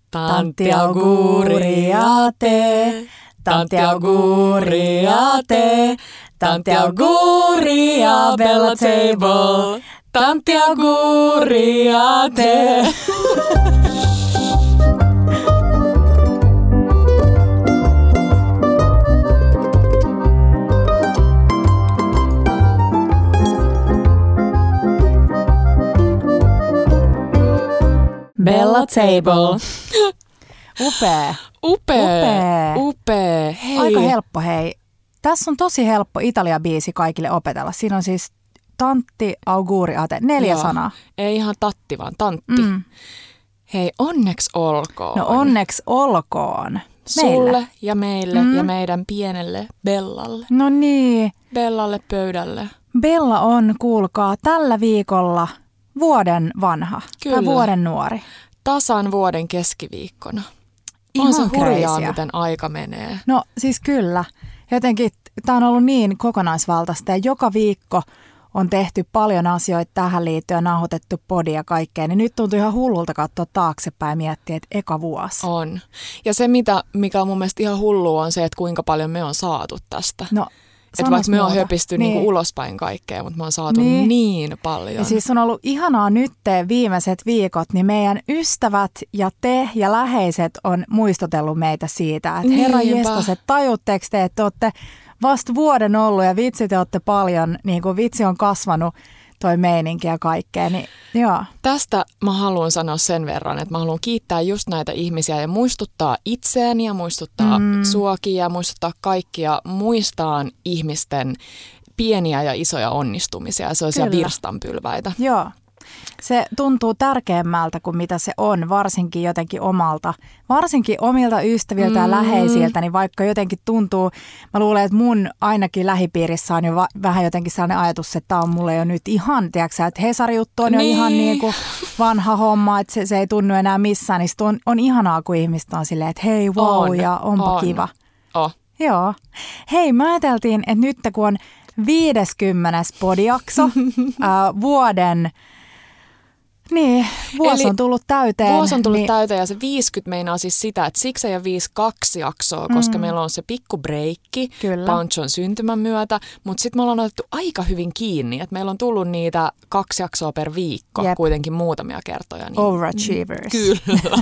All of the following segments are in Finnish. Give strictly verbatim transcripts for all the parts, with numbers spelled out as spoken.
Tanti auguri a te, tanti auguri a te, tanti auguri a Bella Table, tanti auguri a te. Bella Table. Upea. Upea. Upea. Upea. Hei. Aika helppo, hei. Tässä on tosi helppo Italia-biisi kaikille opetella. Siinä on siis tantti, auguri, ate. Neljä Joo. sanaa. Ei ihan tatti, vaan tantti. Mm. Hei, onneksi olkoon. No onneksi olkoon. Sulle Meille. ja meille Mm. ja meidän pienelle Bellalle. No niin. Bellalle pöydälle. Bella on, kuulkaa, tällä viikolla vuoden vanha. Kyllä. Tai vuoden nuori. Tasan vuoden keskiviikkona. Ihan on se hurjaa, crazyä. miten aika menee. No siis kyllä. Jotenkin tämä on ollut niin kokonaisvaltaista ja joka viikko on tehty paljon asioita tähän liittyen, nauhoitettu podia ja kaikkea. Niin nyt tuntuu ihan hullulta katsoa taaksepäin ja miettiä, että eka vuosi. On. Ja se, mitä, mikä on mun mielestä ihan hullua, on se, että kuinka paljon me on saatu tästä. No, että vaikka me on muuta. höpisty niin. niinku ulospäin kaikkea, mutta me on saatu Niin. niin paljon. Ja siis on ollut ihanaa nyt viimeiset viikot, niin meidän ystävät ja te ja läheiset on muistutellut meitä siitä, että herra Niinpä. jestas, että tajutteko te, että te olette vasta vuoden ollut ja vitsi te olette paljon, niin kuin vitsi on kasvanut toi meininki ja kaikkea, niin joo. Tästä mä haluan sanoa sen verran, että mä haluan kiittää just näitä ihmisiä ja muistuttaa itseäni ja muistuttaa mm. suakin ja muistuttaa kaikkia, muistaan ihmisten pieniä ja isoja onnistumisia ja sellaisia Kyllä. virstanpylväitä. Joo. Se tuntuu tärkeämmältä kuin mitä se on, varsinkin jotenkin omalta, varsinkin omilta ystäviltä ja Mm. läheisiltä, niin vaikka jotenkin tuntuu, mä luulen, että mun ainakin lähipiirissä on jo va- vähän jotenkin sellainen ajatus, että tämä on mulle jo nyt ihan, tiedätkö, että Hesari-juttu on jo Niin. ihan niin kuin vanha homma, että se, se ei tunnu enää missään, niin on, on ihanaa, kun ihmiset on silleen, että hei wow On, ja onpa on. kiva. Oh. Joo. Hei, mä ajateltiin, että nyt kun on viideskymmenes podijakso, ää, vuoden... Niin, vuosi Eli on tullut täyteen. Vuosi on tullut niin, täyteen ja se viisikymmentä meinaa siis sitä, että siksi ei ole viisikymmentäkaksi jaksoa, koska Mm. meillä on se pikku breikki Kyllä. Panchon syntymän myötä, mutta sitten me ollaan otettu aika hyvin kiinni, että meillä on tullut niitä kaksi jaksoa per viikko Jep. kuitenkin muutamia kertoja. Niin, Overachievers. Kyllä.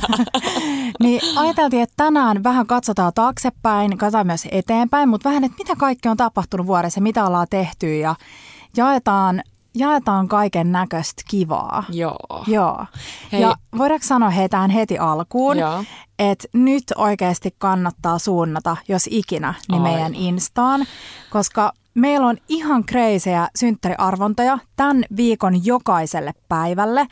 Niin ajateltiin, että tänään vähän katsotaan taaksepäin, katsotaan myös eteenpäin, mutta vähän, että mitä kaikki on tapahtunut vuodessa, mitä ollaan tehty ja jaetaan, jaetaan kaiken näköistä kivaa. Joo. Joo. Hei. Ja voidaanko sanoa hei tähän heti alkuun, Joo. että nyt oikeasti kannattaa suunnata, jos ikinä, niin Aivan. meidän Instaan, koska meillä on ihan kreisejä synttäriarvontoja tämän viikon jokaiselle päivälle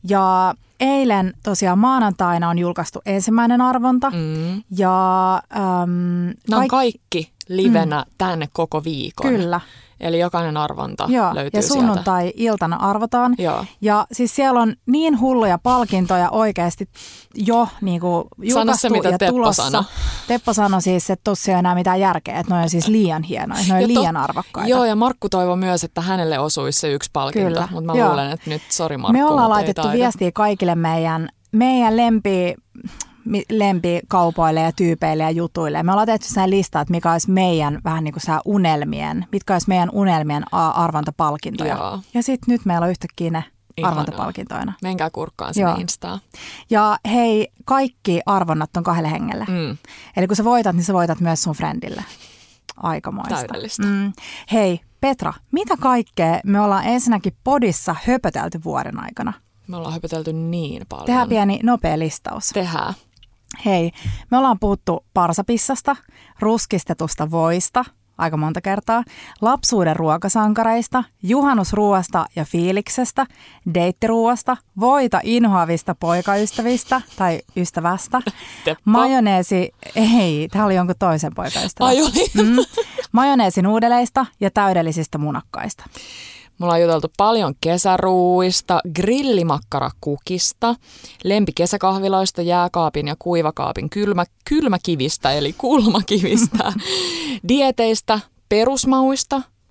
ja eilen tosiaan maanantaina on julkaistu ensimmäinen arvonta Mm. ja äm, Nämä on kaik- kaikki livenä mm. tänne koko viikon. Kyllä. Eli jokainen arvonta Joo, löytyy ja sieltä. sunnuntai-iltana arvotaan. Joo. Ja siis siellä on niin hulluja palkintoja oikeasti jo niin kuin julkaistu se, mitä ja Teppo tulossa. sanoi. Teppo sanoi siis, että tuossa ei ole enää mitään järkeä, että ne on siis liian hienoja, ne on Ja liian tot- arvokkaita. Joo, ja Markku toivoi myös, että hänelle osuisi se yksi palkinto, Kyllä, mutta mä joo. luulen, että nyt, sori Markku, Me ollaan mutta ei laitettu taida. viestiä kaikille meidän, meidän lempi, mi- lempikaupoille ja tyypeille ja jutuille. Me ollaan tehty sen lista, että mikä olisi meidän vähän niin kuin sää unelmien, mitkä olisi meidän unelmien a- arvontapalkintoja. Joo. Ja sitten nyt meillä on yhtäkkiä ne Ihanaa. arvontapalkintoina. Menkää kurkkaan sinne Joo. Instaan. Ja hei, kaikki arvonnat on kahdelle hengelle. Mm. Eli kun sä voitat, niin sä voitat myös sun friendille. Aikamoista. Täydellistä. Mm. Hei, Petra, mitä kaikkea me ollaan ensinnäkin podissa höpötelty vuoden aikana? Me ollaan höpötelty niin paljon. Tehdään pieni nopea listaus. Tehdään. Hei, me ollaan puhuttu parsapissasta, ruskistetusta voista, aika monta kertaa, lapsuuden ruokasankareista, juhannusruoasta ja fiiliksestä, deittiruoasta, voita inhoavista poikaystävistä tai ystävästä, Teppo. majoneesi, ei, tämä oli jonkun toisen poikaystävä, Ai oli. mm, majoneesinuudeleista ja täydellisistä munakkaista. Me ollaan juteltu paljon kesäruuista, grillimakkarakukista, lempikesäkahviloista, jääkaapin ja kuivakaapin kylmä, kylmäkivistä eli kulmakivistä, dieteistä, perusmauista,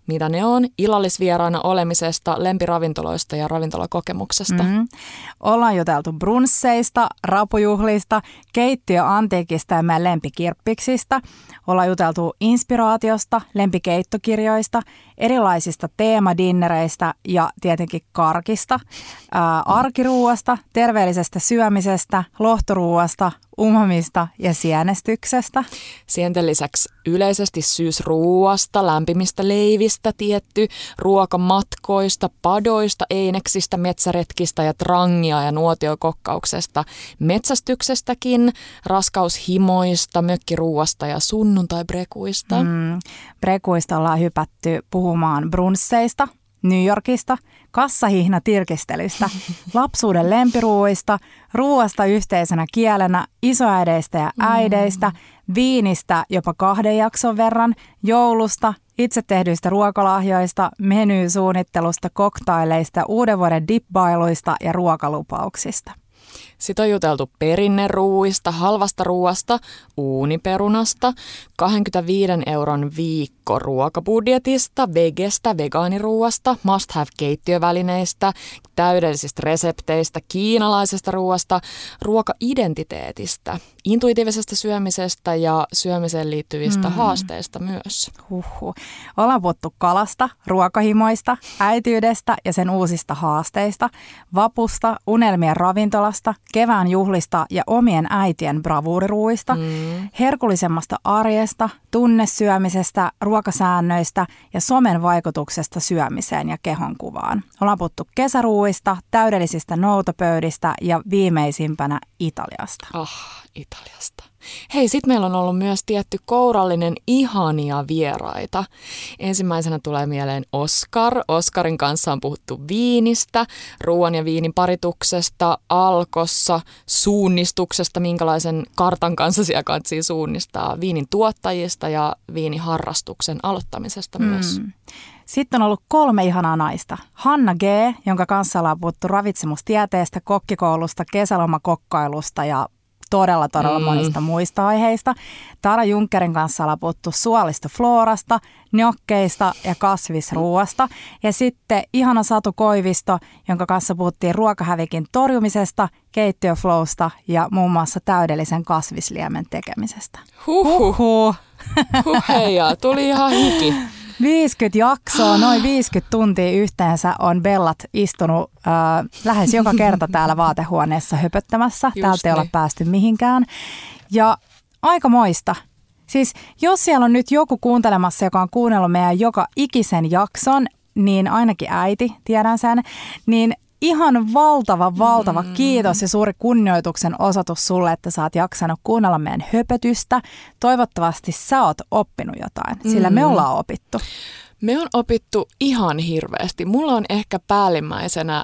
mitä ne on, illallisvieraana olemisesta, lempiravintoloista ja ravintolakokemuksesta. Mm. Ollaan juteltu brunsseista, rapujuhlista, keittiöantiikista ja meidän lempikirppiksistä. Ollaan juteltu inspiraatiosta, lempikeittokirjoista, erilaisista teemadinnereistä ja tietenkin karkista, ää, arkiruuasta, terveellisestä syömisestä, lohtoruuasta, umamista ja sienestyksestä. Sienten lisäksi yleisesti syysruuasta, lämpimistä leivistä tietty, ruokamatkoista, padoista, eineksistä, metsäretkistä ja trangia ja nuotiokokkauksesta, metsästyksestäkin, raskaushimoista, mökkiruuasta ja sunnuntai-brekuista. Mm, brekuista ollaan hypätty puhumaan brunsseista, New Yorkista, kassahihnatirkistelystä, lapsuuden lempiruuista, ruuasta yhteisenä kielenä, isoäideistä ja äideistä, mm. viinistä jopa kahden jakson verran, joulusta, itse tehdyistä ruokalahjoista, menysuunnittelusta, koktaileista, uuden vuoden dippailuista ja ruokalupauksista. Sitten on juteltu perinneruuista, halvasta ruuasta, uuniperunasta, kaksikymmentäviiden euron viikko ruokabudjetista, vegestä, vegaaniruuasta, must have keittiövälineistä, täydellisistä resepteistä, kiinalaisesta ruuasta, ruokaidentiteetistä, intuitiivisesta syömisestä ja syömiseen liittyvistä mm. haasteista myös. Huhhuh. Ollaan puhuttu kalasta, ruokahimoista, äitiydestä ja sen uusista haasteista, vapusta, unelmien ravintolasta, kevään juhlista ja omien äitien bravuuriruuista, mm. herkullisemmasta arjesta, tunnesyömisestä, ruokasäännöistä ja somen vaikutuksesta syömiseen ja kehonkuvaan. Ollaan puhuttu kesäruuista, täydellisistä noutopöydistä ja viimeisimpänä Italiasta. Ah, Italiasta. Hei, sit meillä on ollut myös tietty kourallinen ihania vieraita. Ensimmäisenä tulee mieleen Oskar. Oskarin kanssa on puhuttu viinistä, ruoan ja viinin parituksesta, alkossa, suunnistuksesta, minkälaisen kartan kanssa siellä kantsii suunnistaa, viinin tuottajista ja viiniharrastuksen aloittamisesta myös. Mm. Sitten on ollut kolme ihanaa naista. Hanna G., jonka kanssa ollaan puhuttu ravitsemustieteestä, kokkikoulusta, kesälomakokkailusta ja todella, todella mm. monista muista aiheista. Tara Junckerin kanssa ollaan puhuttu suolistofloorasta, gnoccheista ja kasvisruuasta. Ja sitten ihana Satu Koivisto, jonka kanssa puhuttiin ruokahävikin torjumisesta, keittiöflowsta ja muun muassa täydellisen kasvisliemen tekemisestä. Huhhuh. Huhhuh. Huh heijaa, tuli ihan hiki. viisikymmentä jaksoa, noin viisikymmentä tuntia yhteensä on Bellat istunut äh, lähes joka kerta täällä vaatehuoneessa höpöttämässä. Just Täältä ei niin. ole päästy mihinkään. Ja aika moista. Siis jos siellä on nyt joku kuuntelemassa, joka on kuunnellut meidän joka ikisen jakson, niin ainakin äiti, tiedän sen, niin ihan valtava, valtava mm. kiitos ja suuri kunnioituksen osoitus sulle, että sä oot jaksanut kuunnella meidän höpötystä. Toivottavasti sä oot oppinut jotain, sillä mm. me ollaan opittu. Me on opittu ihan hirveästi. Mulla on ehkä päällimmäisenä,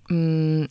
mm,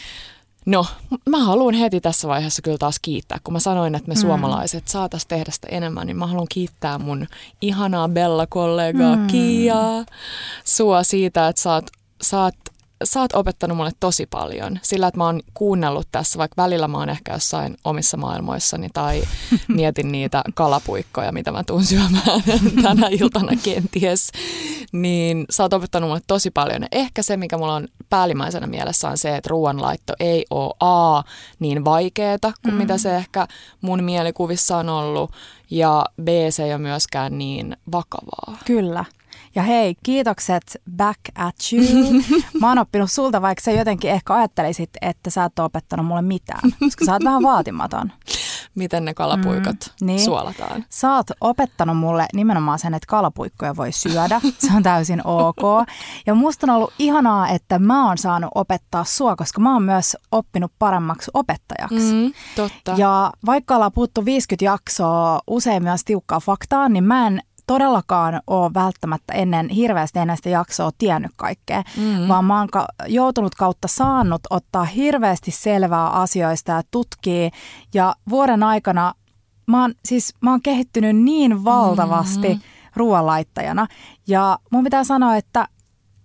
no mä haluan heti tässä vaiheessa kyllä taas kiittää. Kun mä sanoin, että me mm. suomalaiset saatais tehdä sitä enemmän, niin mä haluan kiittää mun ihanaa Bella-kollegaa mm. Kiaa, sua siitä, että sä oot, sä oot Sä oot opettanut mulle tosi paljon sillä, että mä oon kuunnellut tässä, vaikka välillä mä oon ehkä jossain omissa maailmoissani tai mietin niitä kalapuikkoja, mitä mä tuun syömään tänä iltana kenties, niin sä oot opettanut mulle tosi paljon. Ja ehkä se, mikä mulla on päällimmäisenä mielessä on se, että ruoanlaitto ei ole A niin vaikeeta kuin mm. mitä se ehkä mun mielikuvissa on ollut ja B se ei ole myöskään niin vakavaa. Kyllä. Ja hei, kiitokset back at you. Mä oon oppinut sulta, vaikka sä jotenkin ehkä ajattelisit, että sä et ole opettanut mulle mitään, koska sä oot vähän vaatimaton. Miten ne kalapuikot mm, niin. suolataan? Sä oot opettanut mulle nimenomaan sen, että kalapuikkoja voi syödä. Se on täysin ok. Ja musta on ollut ihanaa, että mä oon saanut opettaa sua, koska mä oon myös oppinut paremmaksi opettajaksi. Mm, totta. Ja vaikka ollaan puhuttu viisikymmentä jaksoa, usein myös tiukkaa faktaa, niin mä en todellakaan ole välttämättä ennen hirveästi ennen sitä jaksoa tiennyt kaikkea, mm-hmm. vaan mä oon ka- joutunut kautta saanut ottaa hirveästi selvää asioista ja tutkia. Ja vuoden aikana mä oon, siis, mä oon kehittynyt niin valtavasti mm-hmm. ruoanlaittajana. Ja mun pitää sanoa, että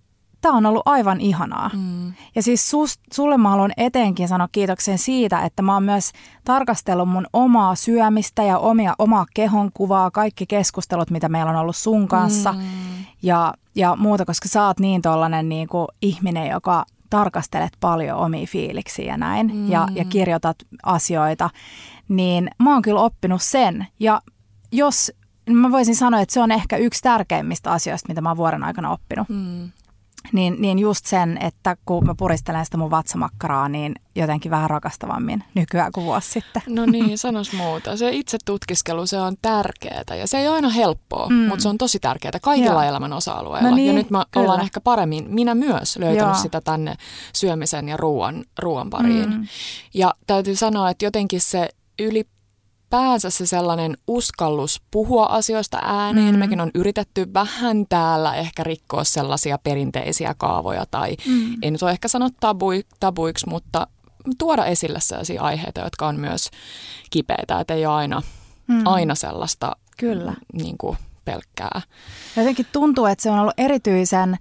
tämä on ollut aivan ihanaa. Mm. Ja siis sus, sulle mä haluan eteenkin sanoa kiitoksen siitä, että mä oon myös tarkastellut mun omaa syömistä ja omia, omaa kehonkuvaa, kaikki keskustelut, mitä meillä on ollut sun kanssa mm. ja, ja muuta, koska sä oot niin tollainen niin kuin ihminen, joka tarkastelet paljon omia fiiliksiä ja näin mm. ja, ja kirjoitat asioita, niin mä oon kyllä oppinut sen. Ja jos mä voisin sanoa, että se on ehkä yksi tärkeimmistä asioista, mitä mä oon vuoden aikana oppinut. Mm. Niin, niin just sen, että kun mä puristelen sitä mun vatsamakkaraa, niin jotenkin vähän rakastavammin nykyään kuin vuosi sitten. No niin, sanos muuta. Se itse tutkiskelu, se on tärkeää ja se ei ole aina helppoa, mm. mutta se on tosi tärkeää kaikilla Joo. elämän osa-alueilla. No niin, ja nyt me kyllä. ollaan ehkä paremmin, minä myös löytänyt Joo. sitä tänne syömisen ja ruoan, ruoan pariin. Mm. Ja täytyy sanoa, että jotenkin se yli päänsä se sellainen uskallus puhua asioista ääneen. Mm. Mekin on yritetty vähän täällä ehkä rikkoa sellaisia perinteisiä kaavoja tai mm. ei nyt ole ehkä sanoa tabui, tabuiksi, mutta tuoda esille sellaisia aiheita, jotka on myös kipeitä, että ei ole aina, mm. aina sellaista Kyllä. Niin kuin pelkkää. Jotenkin tuntuu, että se on ollut erityisen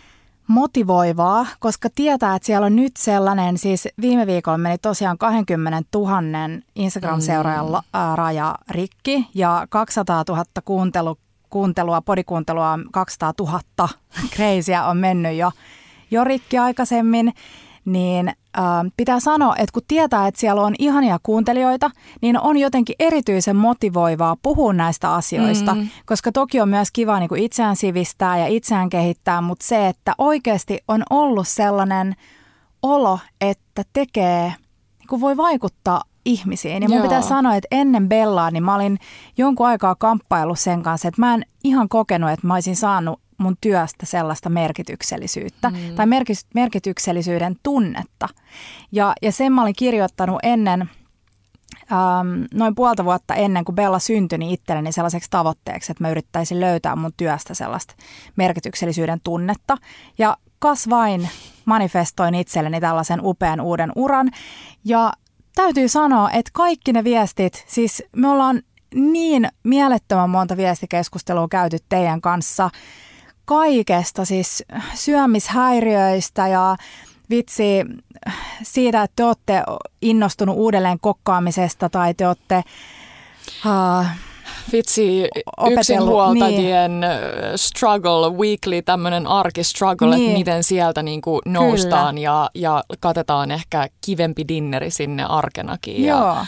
motivoivaa, koska tietää, että siellä on nyt sellainen, siis viime viikolla meni tosiaan kaksikymmentätuhatta Instagram-seuraajan mm. raja rikki ja kaksisataatuhatta kuuntelu, kuuntelua, podikuuntelua kaksisataatuhatta crazyä on mennyt jo, jo rikki aikaisemmin, niin äh, pitää sanoa, että kun tietää, että siellä on ihania kuuntelijoita, niin on jotenkin erityisen motivoivaa puhua näistä asioista, mm. koska toki on myös kiva niin kuin itseään sivistää ja itseään kehittää, mutta se, että oikeasti on ollut sellainen olo, että tekee, niin kuin voi vaikuttaa ihmisiin. Ja mun Joo. pitää sanoa, että ennen Bellaa, niin mä olin jonkun aikaa kamppaillut sen kanssa, että mä en ihan kokenut, että mä olisin saanut mun työstä sellaista merkityksellisyyttä mm. tai merkityksellisyyden tunnetta. Ja, ja sen mä olin kirjoittanut ennen, ähm, noin puolta vuotta ennen kuin Bella syntyi, niin itselleni sellaiseksi tavoitteeksi, että mä yrittäisin löytää mun työstä sellaista merkityksellisyyden tunnetta. Ja kas vain manifestoin itselleni tällaisen upean uuden uran. Ja täytyy sanoa, että kaikki ne viestit, siis me ollaan niin mielettömän monta viestikeskustelua käyty teidän kanssa, kaikesta, siis syömishäiriöistä ja vitsi siitä, että te olette innostunut uudelleen kokkaamisesta tai te olette uh, vitsi yksinhuoltajien niin. struggle, weekly tämmöinen arkistruggle, niin. että miten sieltä niinku noustaan ja, ja katetaan ehkä kivempi dinneri sinne arkenakin. Joo. Ja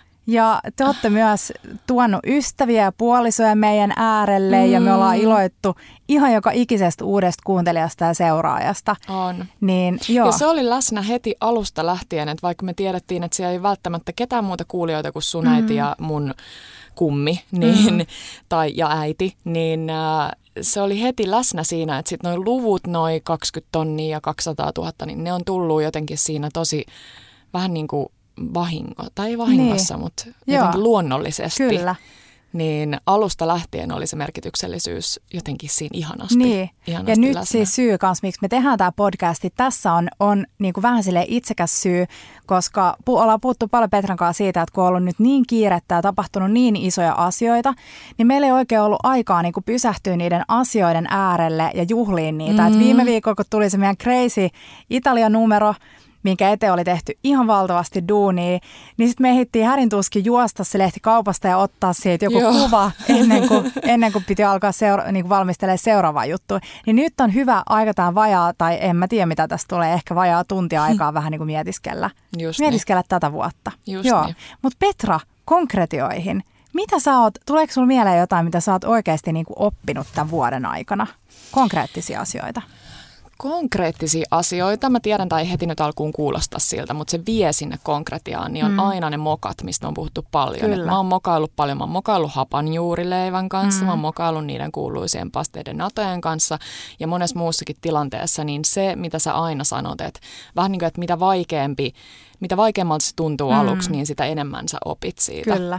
Ja te olette myös tuonut ystäviä ja puolisoja meidän äärelle mm. ja me ollaan iloittu ihan joka ikisestä uudesta kuuntelijasta ja seuraajasta. On. Niin, joo. Ja se oli läsnä heti alusta lähtien, että vaikka me tiedettiin, että siellä ei välttämättä ketään muuta kuulijoita kuin sun mm. äiti ja mun kummi niin, mm. tai, ja äiti, niin äh, se oli heti läsnä siinä, että sitten noi luvut, noi kaksikymmentä tonnia ja kaksisataatuhatta, niin ne on tullut jotenkin siinä tosi vähän niin kuin vahingo, tai ei vahingossa, niin. mutta jotenkin luonnollisesti. Kyllä. Niin alusta lähtien oli se merkityksellisyys jotenkin siinä ihanasti. Niin. ihanasti ja nyt läsnä. siis syy kanssa, miksi me tehdään tämä podcasti, tässä on, on niin kuin vähän silleen itsekäs syy, koska pu- ollaan puhuttu paljon Petran kanssa siitä, että kun on ollut nyt niin kiirettä ja tapahtunut niin isoja asioita, niin meillä ei oikein ollut aikaa niin kuin pysähtyä niiden asioiden äärelle ja juhliin niitä. Mm-hmm. Et viime viikolla, kun tuli se meidän crazy Italia-numero, minkä eteen oli tehty ihan valtavasti duunia, niin sitten me ehdittiin hädintuskin juosta se lehti kaupasta ja ottaa siitä joku Joo. kuva ennen kuin, ennen kuin piti alkaa seura- niin kuin valmistelemaan seuraavaa juttua. Niin nyt on hyvä aika tämän vajaa, tai en mä tiedä mitä tästä tulee, ehkä vajaa tuntia aikaa vähän niin kuin mietiskellä, Just mietiskellä niin. tätä vuotta. Joo. Niin. Mutta Petra, konkretioihin. Mitä sä oot, tuleeko sulla mieleen jotain, mitä sä oot oikeasti niin kuin oppinut tämän vuoden aikana? Konkreettisia asioita. Konkreettisia asioita. Mä tiedän, tai ei heti nyt alkuun kuulostaa siltä, mutta se vie sinne konkretiaan, niin on mm. aina ne mokat, mistä on puhuttu paljon. Mä oon mokaillut paljon. Mä oon mokaillut hapanjuurileivän kanssa, mm. mä oon mokaillut niiden kuuluisien pasteiden natojen kanssa ja monessa muussakin tilanteessa, niin se, mitä sä aina sanot, että vähän niin kuin, että mitä vaikeampi, mitä vaikeammalta se tuntuu mm. aluksi, niin sitä enemmän sä opit siitä. Kyllä. Niin sitä enemmän sä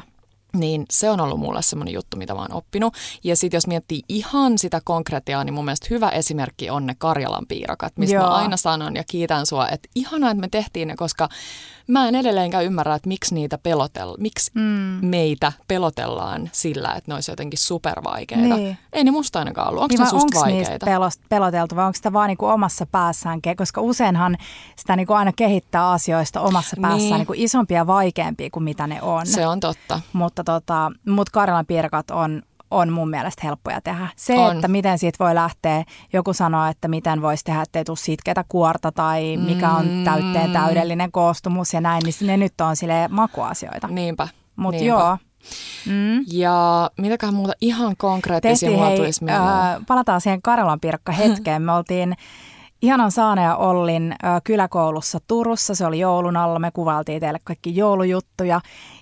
Niin se on ollut mulle semmoinen juttu, mitä mä oon oppinut. Ja sitten jos miettii ihan sitä konkretiaa, niin mun mielestä hyvä esimerkki on ne Karjalan piirakat, mistä Joo. mä aina sanon ja kiitän sua, että ihanaa, että me tehtiin ne, koska mä en edelleenkään ymmärrä, että miksi niitä pelotellaan, miksi mm. meitä pelotellaan sillä, että ne olisi jotenkin supervaikeita. Niin. Ei ne musta ainakaan ollut. Onko niin ne susta vaikeita? Onko niistä peloteltu vai onko sitä vaan niinku omassa päässään, koska useinhan sitä niinku aina kehittää asioista omassa päässään niin. Niinku isompia ja vaikeampia kuin mitä ne on. Se on totta. Mutta tota, mut Karjalan piirakat on, on mun mielestä helppoja tehdä. Se, on. Että miten siitä voi lähteä, joku sanoo, että miten voisi tehdä, ettei tule sitkeätä kuorta tai mikä on täytteen täydellinen koostumus ja näin, niin ne nyt on silleen makuasioita. Niinpä. Mutta joo. Mm. Ja mitäköhän muuta ihan konkreettisia mulla tulisi mieleen? Äh, palataan siihen Karjalan piirakka hetkeen. Me oltiin ihanan Saane ja Ollin äh, kyläkoulussa Turussa. Se oli joulun alla. Me kuvailtiin teille kaikki joulujuttuja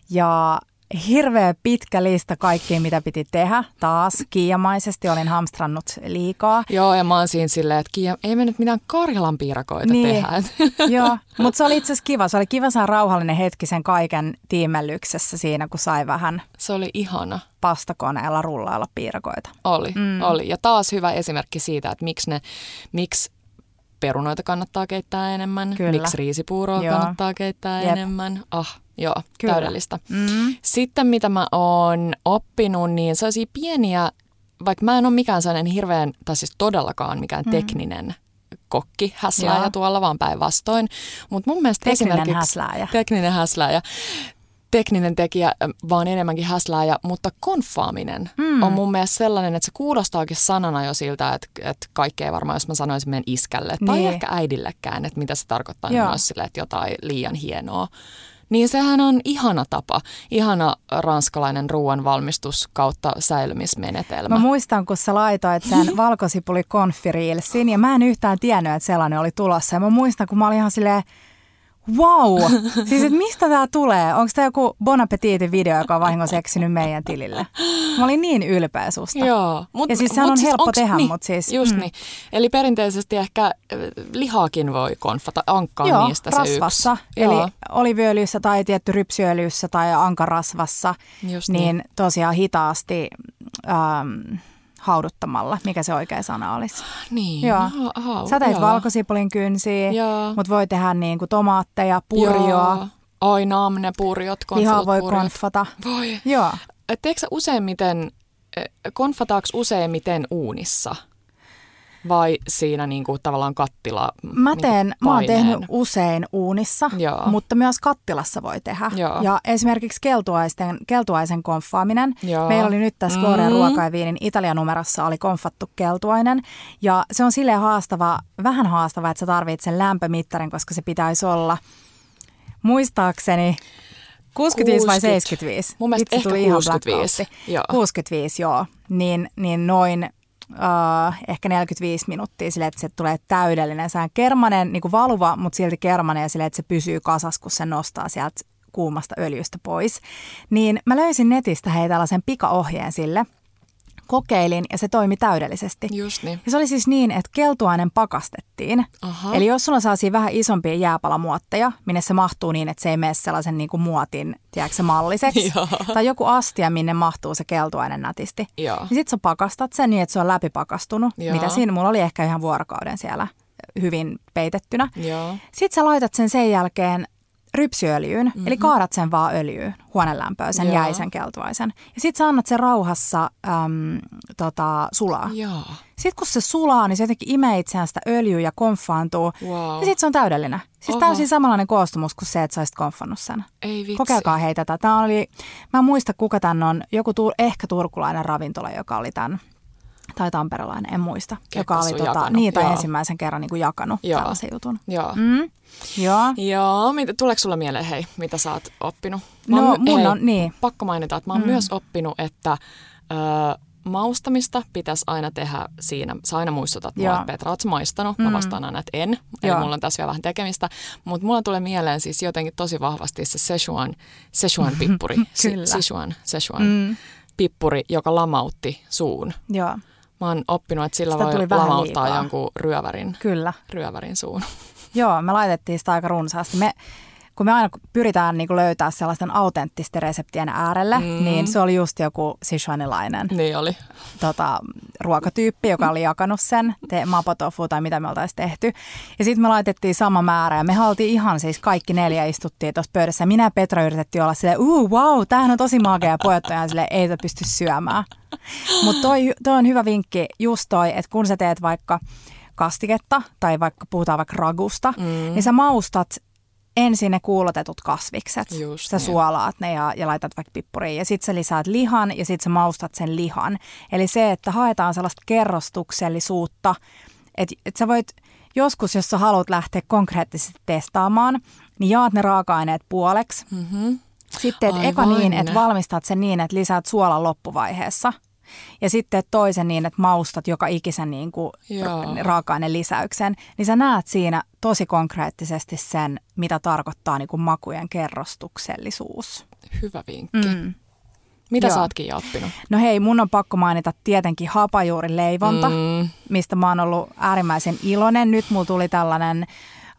ja hirveä pitkä lista kaikkiin, mitä piti tehdä. Taas kiiamaisesti olin hamstrannut liikaa. Joo, ja mä oon siinä silleen, että Kiia, ei me nyt mitään Karjalan piirakoita niin. tehdä. Joo, mutta se oli itse asiassa kiva. Se oli kiva saada rauhallinen hetki sen kaiken tiimellyksessä siinä, kun sai vähän se oli ihana pastakoneella rullailla piirakoita. Oli, mm. oli. Ja taas hyvä esimerkki siitä, että miksi ne, miksi perunoita kannattaa keittää enemmän, Kyllä. miksi riisipuuroa Joo. kannattaa keittää Jep. enemmän. Ah, joo, Kyllä. täydellistä. Mm. Sitten mitä mä oon oppinut, niin sellaisia pieniä, vaikka mä en ole mikään sellainen hirveän, tai siis todellakaan mikään mm. tekninen kokki, häslääjä Joo. tuolla, vaan päinvastoin. Mutta mun mielestä tekninen esimerkiksi häslääjä. tekninen häslääjä. Tekninen tekijä, vaan enemmänkin häslääjä, mutta konfaaminen mm. on mun mielestä sellainen, että se kuulostaakin sanana jo siltä, että, että kaikkea varmaan, jos mä sanoisin meidän iskälle tai niin. ehkä äidillekään, että mitä se tarkoittaa, niin olisi silleen, että jotain liian hienoa. Niin sehän on ihana tapa, ihana ranskalainen ruoanvalmistus kautta säilymismenetelmä. Mä muistan, kun sä laitoit sen valkosipuli konfiriilsin ja mä en yhtään tiennyt, että sellainen oli tulossa. Ja mä muistan, kun mä olin ihan silleen, wow! Siis, että mistä tää tulee? Onko tää joku Bon Appetitin video, joka on vahingossa eksynyt meidän tilille? Mä olin niin ylpeä susta. Joo. Mut, ja siis sehän mut on siis helppo tehdä, niin, mutta siis... Just mm. niin. Eli perinteisesti ehkä lihaakin voi konfata, ankka on Joo, niistä rasvassa. se yksi. Eli Joo. oliviöljyssä tai tietty rypsiöljyssä tai ankarasvassa. Just niin, niin tosiaan hitaasti... Ähm, hauduttamalla, mikä se oikea sana olisi. Niin. Joo. Ha, ha, Sä teit joo. valkosipulin kynsiä, mutta voi tehdä niin kuin tomaatteja, purjoa. Oi naamne purjot, lihaa voi purjot. konfata. Voi. Joo. Teekö sä useimmiten, konfataaks useimmiten uunissa? Vai siinä niin kuin tavallaan kattila Mä teen, niin mä oon tehnyt usein uunissa, Joo. mutta myös kattilassa voi tehdä. Joo. Ja esimerkiksi keltuaisten, keltuaisen konfaaminen. Joo. Meillä oli nyt tässä Korean mm. ruoka- ja viinin Italia-numerossa oli konfattu keltuainen. Ja se on silleen haastava, vähän haastava, että sä tarvitset sen lämpömittarin, koska se pitäisi olla muistaakseni kuusikymmentäviisi vai seitsemänkymmentäviisi? Mun mielestä Itse ehkä kuusikymmentäviisi. Joo. kuusikymmentäviisi, joo. Niin, niin noin... Uh, ehkä neljäkymmentäviisi minuuttia silleen, että se tulee täydellinen. Se on kermanen, niin kuin valuva, mutta silti kermanen ja silleen, että se pysyy kasassa, kun se nostaa sieltä kuumasta öljystä pois. Niin mä löysin netistä hei tällaisen pikaohjeen sille. Kokeilin ja se toimi täydellisesti. Just niin. Ja se oli siis niin, että keltuainen pakastettiin. Aha. Eli jos sulla saa vähän isompia jääpalamuotteja, minne se mahtuu niin, että se ei mene sellaisen niin kuin muotin, tiedätkö, malliseksi. Tai joku astia, minne mahtuu se keltuainen nätisti. Joo. Ja sit sä pakastat sen niin, että se on läpipakastunut. Joo. Mitä siinä, mulla oli ehkä ihan vuorokauden siellä hyvin peitettynä. Joo. Sit sä laitat sen sen jälkeen rypsiöljyyn, mm-hmm. eli kaadat sen vaan öljyyn, huonelämpöön, sen Joo. jäisen keltuaisen. Ja sit sä annat sen rauhassa äm, tota, sulaa. Joo. Sitten kun se sulaa, niin se jotenkin imee itseään sitä öljyä ja konfaantuu. Wow. Ja sit se on täydellinen. Siis Oho. täysin samanlainen koostumus kuin se, että sä olisit konfannut sen. Ei vitsi. Kokeilkaa hei tätä. Tää oli, mä en muista kuka tän on, joku tuur, ehkä turkulainen ravintola, joka oli tän. Tai tamperelainen, en muista. Kekkas joka oli tota, niin, tai ensimmäisen kerran niin kuin jakanut Joo. tällaisen jutun. Joo. Mm. Joo. Joo. Mit, tuleeko sulla mieleen, hei, mitä sä oot oppinut? Mä no oon, mun hei, on, niin. Pakko mainita, että mä oon mm. myös oppinut, että ö, maustamista pitäisi aina tehdä siinä. Sä aina muistutat mua, että Petra, oot sä maistanut? Mä vastaan aina, että en. Eli Joo. mulla on tässä vielä vähän tekemistä. Mutta mulla tulee mieleen siis jotenkin tosi vahvasti se Szechuan, Szechuan pippuri. Kyllä. Szechuan, Szechuan Mm. pippuri, joka lamautti suun. Joo. Mä oon oppinut, että sillä Sitä voi tuli vähän lamauttaa liikaa. jonkun ryövärin, Kyllä. ryövärin suun. Joo, me laitettiin sitä aika runsaasti. Me kun me aina pyritään niin kuin löytää sellaisten autenttisten reseptien äärelle, mm. niin se oli just joku sichuanilainen niin oli. Tota, ruokatyyppi, joka oli jakanut sen, te, mapo tofu tai mitä me oltaisiin tehty. Ja sitten me laitettiin sama määrä ja me haltiin ihan siis kaikki neljä istuttiin tuossa pöydässä. Minä ja Petra yritettiin olla silleen, uu, wow, tämähän on tosi magea ja pojat on silleen, ei tätä pysty syömään. Mutta toi, toi on hyvä vinkki just toi, että kun sä teet vaikka kastiketta tai vaikka puhutaan vaikka ragusta, mm. niin sä maustat ensin ne kuulotetut kasvikset. Just sä niin. Suolaat ne ja, ja laitat vaikka pippuriin ja sitten sä lisäät lihan ja sitten sä maustat sen lihan. Eli se, että haetaan sellaista kerrostuksellisuutta, että et sä voit joskus, jos sä haluat lähteä konkreettisesti testaamaan, niin jaat ne raaka-aineet puoleksi. Mm-hmm. Sitten teet eka niin, että valmistat sen niin, että lisäät suolan loppuvaiheessa. Ja sitten toisen niin, että maustat joka ikisen niin kuin raaka-aineen lisäyksen, niin sä näet siinä tosi konkreettisesti sen, mitä tarkoittaa niin kuin makujen kerrostuksellisuus. Hyvä vinkki. Mm. Mitä Joo. sä ootkin jo oppinut? No hei, mun on pakko mainita tietenkin hapajuurileivonta, mm. mistä mä oon ollut äärimmäisen iloinen. Nyt mulla tuli tällainen,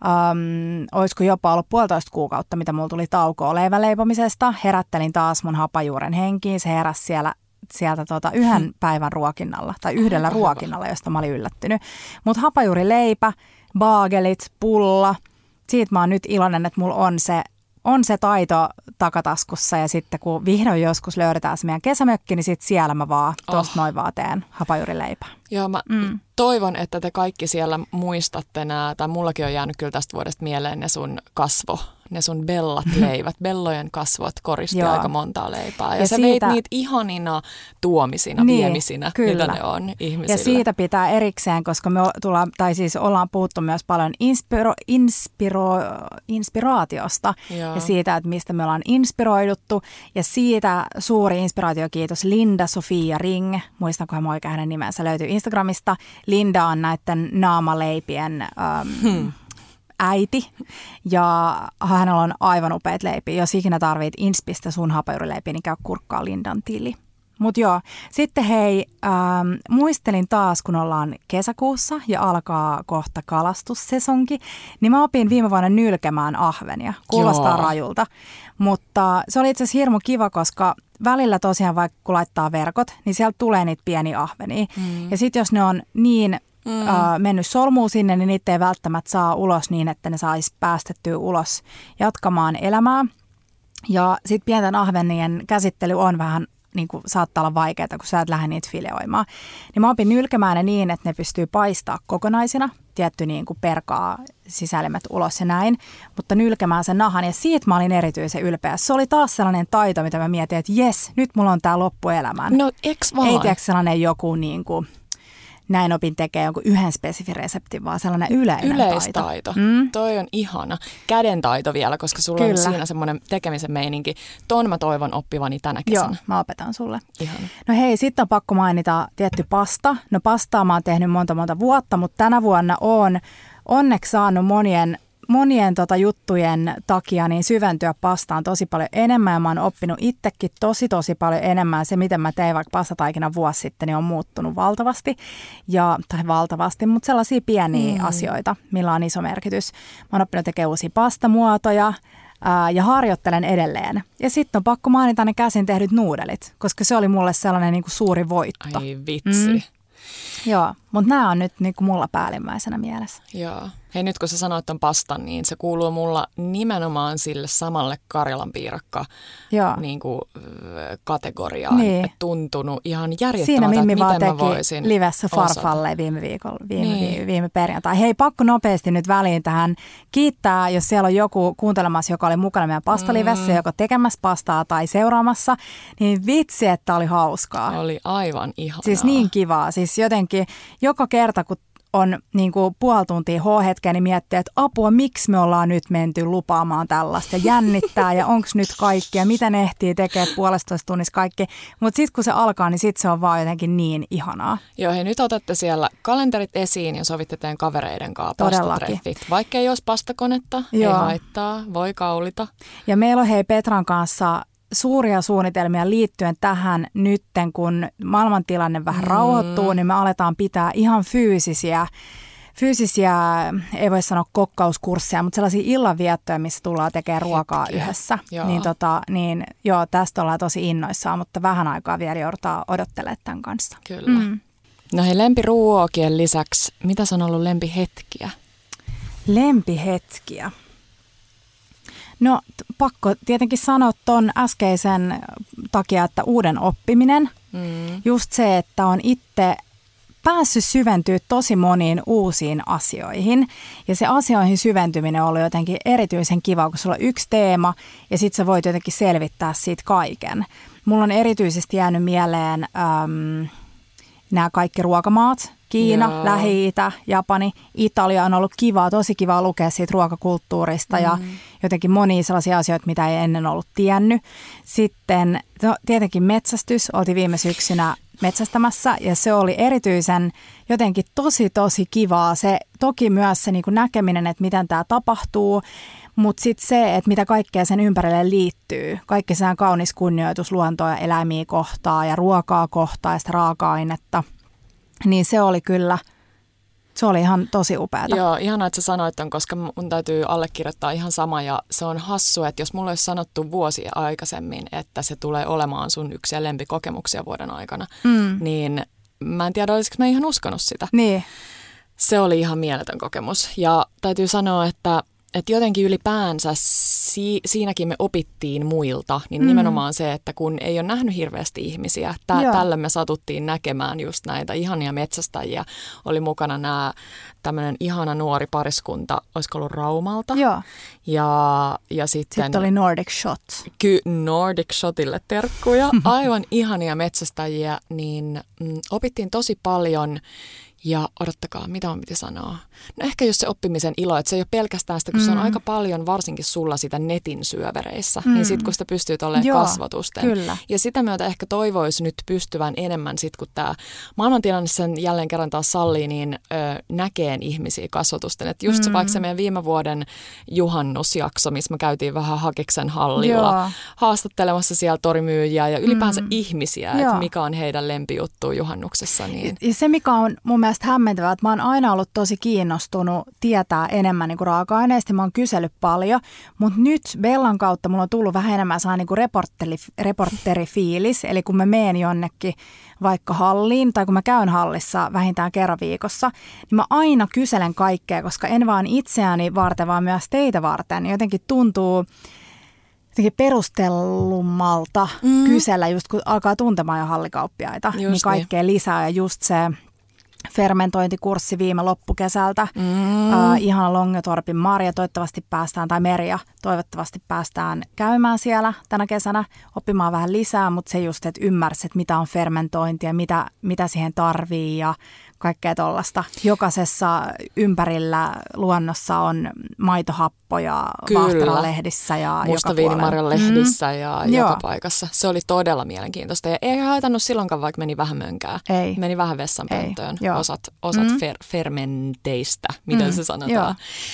um, olisiko jopa ollut puolitoista kuukautta, mitä mulla tuli taukoa leiväleipomisesta. Herättelin taas mun hapajuuren henkiin, se heräsi siellä sieltä tuota yhden hmm. päivän ruokinnalla tai yhdellä Aivan. ruokinnalla, josta mä olin yllättynyt. Mutta hapajuurileipä, baagelit, pulla, siitä mä oon nyt iloinen, että mulla on se, on se taito takataskussa ja sitten kun vihdoin joskus löydetään se meidän kesämökki, niin sitten siellä mä vaan tosta oh. noin vaan teen hapajuurileipää. Joo, mä mm. toivon, että te kaikki siellä muistatte nämä, tai mullakin on jäänyt kyllä tästä vuodesta mieleen ne sun kasvo, ne sun bellat leivät, bellojen kasvot koristi Joo. aika montaa leipää. Ja, ja sä siitä, veit niitä ihanina tuomisina, niin, viemisinä, kyllä. mitä ne on ihmisille. Ja siitä pitää erikseen, koska me tullaan, tai siis ollaan puhuttu myös paljon inspiro, inspiro, inspiraatiosta Joo. ja siitä, että mistä me ollaan inspiroiduttu. Ja siitä suuri inspiraatiokiitos Linda Sofia Ring, muistankohan mä oikein hänen nimensä, löytyy Instagramista. Linda on näiden naamaleipien ähm, hmm. äiti ja hänellä on aivan upeat leipiä. Jos ikinä tarvit inspistä sun hapajuurileipiä, niin käy kurkkaa Lindan tili. Mutta joo, sitten hei, ähm, muistelin taas, kun ollaan kesäkuussa ja alkaa kohta kalastussesonki, niin mä opin viime vuonna nylkemään ahvenia. Kuulostaa joo. rajulta, mutta se oli itse asiassa hirmu kiva, koska välillä tosiaan vaikka kun laittaa verkot, niin sieltä tulee niitä pieniä ahvenia. Mm. Ja sitten jos ne on niin mm. äh, mennyt solmuun sinne, niin niitä ei välttämättä saa ulos niin, että ne saisi päästettyä ulos jatkamaan elämää. Ja sitten pienten ahvenien käsittely on vähän, niin kuin saattaa olla vaikeaa, kun sä et lähde niitä fileoimaan. Niin mä opin nylkemään ne niin, että ne pystyy paistaa kokonaisina. Tietty niin kuin perkaa sisällimet ulos ja näin, mutta nylkemään sen nahan. Ja siitä mä olin erityisen ylpeä. Se oli taas sellainen taito, mitä mä mietin, että jes, nyt mulla on tää loppuelämän. No eks vaan? Ei tiedä sellainen joku niin kuin, näin opin tekee jonkun yhden spesifin reseptin, vaan sellainen yleinen Yleistaito. taito. Mm. Toi on ihana. Kädentaito vielä, koska sulla Kyllä. on siinä semmoinen tekemisen meininki. Ton mä toivon oppivani tänä kesänä. Joo, mä opetan sulle. Ihana. No hei, sitten on pakko mainita tietty pasta. No pastaa mä oon tehnyt monta monta vuotta, mutta tänä vuonna oon onneksi saanut monien monien tota juttujen takia niin syventyä pastaan tosi paljon enemmän ja mä oon oppinut itsekin tosi tosi paljon enemmän. Se, miten mä tein vaikka pastataikina vuosi sitten, niin on muuttunut valtavasti, ja, tai valtavasti, mutta sellaisia pieniä mm. asioita, millä on iso merkitys. Mä oon oppinut tekemään uusia pastamuotoja ää, ja harjoittelen edelleen. Ja sitten on pakko mainita ne käsin tehdyt nuudelit, koska se oli mulle sellainen niin kuin suuri voitto. Ai vitsi. Mm. Joo, mutta nämä on nyt niin kuin mulla päällimmäisenä mielessä. Joo. Hei, nyt kun sä sanoit ton pastan, niin se kuuluu mulla nimenomaan sille samalle Karjalan piirakka niin kuin, kategoriaan. Niin. Et tuntunut ihan järjettömältä, Siinä Mimmi että vaan miten mä voisin teki livessä Farfalle viime viikolla, viime, niin. viime, viime perjantai. Hei, pakko nopeasti nyt väliin tähän kiittää, jos siellä on joku kuuntelemassa, joka oli mukana meidän pastalivessä, mm. joko tekemässä pastaa tai seuraamassa, niin vitsi, että oli hauskaa. Oli aivan ihanaa. Siis niin kivaa. Siis jotenkin joka kerta, kun on niin kuin puoli tuntia H-hetkeä, niin miettii, että apua, miksi me ollaan nyt menty lupaamaan tällaista ja jännittää ja onko nyt kaikki ja miten ehtii tekemään puolestoista tunnissa kaikki. Mutta sitten kun se alkaa, niin sitten se on vaan jotenkin niin ihanaa. Joo, hei, nyt otatte siellä kalenterit esiin ja sovitte teidän kavereiden kanssa pastatreffit. Vaikka ei olisi pastakonetta, Joo. ei haittaa, voi kaulita. Ja meillä on hei Petran kanssa suuria suunnitelmia liittyen tähän nytten, kun maailmantilanne vähän mm. rauhoittuu, niin me aletaan pitää ihan fyysisiä, fyysisiä, ei voi sanoa kokkauskursseja, mutta sellaisia illanviettoja, missä tullaan tekemään ruokaa Hetkiä. yhdessä. Joo. Niin, tota, niin joo, tästä ollaan tosi innoissaan, mutta vähän aikaa vielä joudutaan odottelemaan tämän kanssa. Kyllä. Mm. No hei, lempiruokien lisäksi, mitä on ollut lempihetkiä? Lempihetkiä? No pakko tietenkin sanoa ton äskeisen takia, että uuden oppiminen. Mm. Just se, että on itse päässyt syventyä tosi moniin uusiin asioihin. Ja se asioihin syventyminen on ollut jotenkin erityisen kiva, kun sulla on yksi teema ja sit sä voit jotenkin selvittää siitä kaiken. Mulla on erityisesti jäänyt mieleen äm, nämä kaikki ruokamaat. Kiina, Joo. Lähi-Itä, Japani, Italia on ollut kivaa, tosi kivaa lukea siitä ruokakulttuurista mm. ja jotenkin monia sellaisia asioita, mitä ei ennen ollut tiennyt. Sitten no, tietenkin metsästys, oltiin viime syksynä metsästämässä ja se oli erityisen jotenkin tosi tosi kivaa. Se toki myös se niin kuin näkeminen, että miten tämä tapahtuu, mutta sitten se, että mitä kaikkea sen ympärille liittyy. Kaikki se on kaunis kunnioitus luontoa ja eläimiä kohtaan ja ruokaa kohtaan ja sitä raaka-ainetta. Niin se oli kyllä, se oli ihan tosi upeata. Joo, ihanaa, että sä sanoit ton, koska mun täytyy allekirjoittaa ihan sama. Ja se on hassu, että jos mulle olisi sanottu vuosia aikaisemmin, että se tulee olemaan sun yksi ja lempikokemuksia vuoden aikana, mm. niin mä en tiedä, olisiko mä ihan uskonut sitä. Niin. Se oli ihan mieletön kokemus. Ja täytyy sanoa, että Että jotenkin ylipäänsä si- siinäkin me opittiin muilta, niin mm. nimenomaan se, että kun ei ole nähnyt hirveästi ihmisiä, tä- tällä me satuttiin näkemään just näitä ihania metsästäjiä. Oli mukana nämä tämmöinen ihana nuori pariskunta, olisiko ollut Raumalta. Joo. Ja, ja sitten... Sitten oli Nordic Shot. Ky- Nordic Shotille terkkuja. Aivan ihania metsästäjiä, niin mm, opittiin tosi paljon. Ja odottakaa, mitä on piti sanoa? No ehkä just se oppimisen ilo, että se ei ole pelkästään sitä, kun mm. se on aika paljon varsinkin sulla sitä netin syövereissä, mm. niin sitten kun sitä pystyy olemaan kasvatusten. Kyllä. Ja sitä myötä ehkä toivoisi nyt pystyvän enemmän sitten, kun tämä maailmantilanne sen jälleen kerran taas sallii, niin ö, näkeen ihmisiä kasvatusten. Että just se mm. vaikka se meidän viime vuoden juhannusjakso, missä me käytiin vähän Hakiksen hallilla Joo. haastattelemassa siellä torimyyjiä ja ylipäänsä mm. ihmisiä, että mikä on heidän lempijuttu juhannuksessa. Niin. Ja se, mikä on mun mielestä hämmentävää, että mä oon aina ollut tosi kiinnostunut tietää enemmän niin kuin raaka-aineista. Mä oon kysellyt paljon, mutta nyt Bellan kautta mulla on tullut vähän enemmän saa niin kuin reporteri, reporterifiilis. Eli kun mä meen jonnekin vaikka halliin tai kun mä käyn hallissa vähintään kerran viikossa, niin mä aina kyselen kaikkea, koska en vaan itseäni varten, vaan myös teitä varten. Jotenkin tuntuu jotenkin perustellummalta mm. kysellä, just kun alkaa tuntemaan jo hallikauppiaita, just niin kaikkea niin. lisää ja just se fermentointikurssi viime loppukesältä. Mm. Uh, ihana Longetorpin Marja, toivottavasti päästään, tai Merja, toivottavasti päästään käymään siellä tänä kesänä, oppimaan vähän lisää, mutta se just, että ymmärsit, mitä on fermentointi ja mitä, mitä siihen tarvii ja kaikkea tollaista. Jokaisessa ympärillä luonnossa on maitohappoja Vaahteralehdissä ja Mustaviinimarjan lehdissä mm. ja Joo. joka paikassa. Se oli todella mielenkiintoista. Ja ei haitannut silloinkaan, vaikka meni vähän mönkää. Ei. Meni vähän vessanpönttöön. Osat, osat mm. fer, fermenteistä, miten mm. se sanotaan.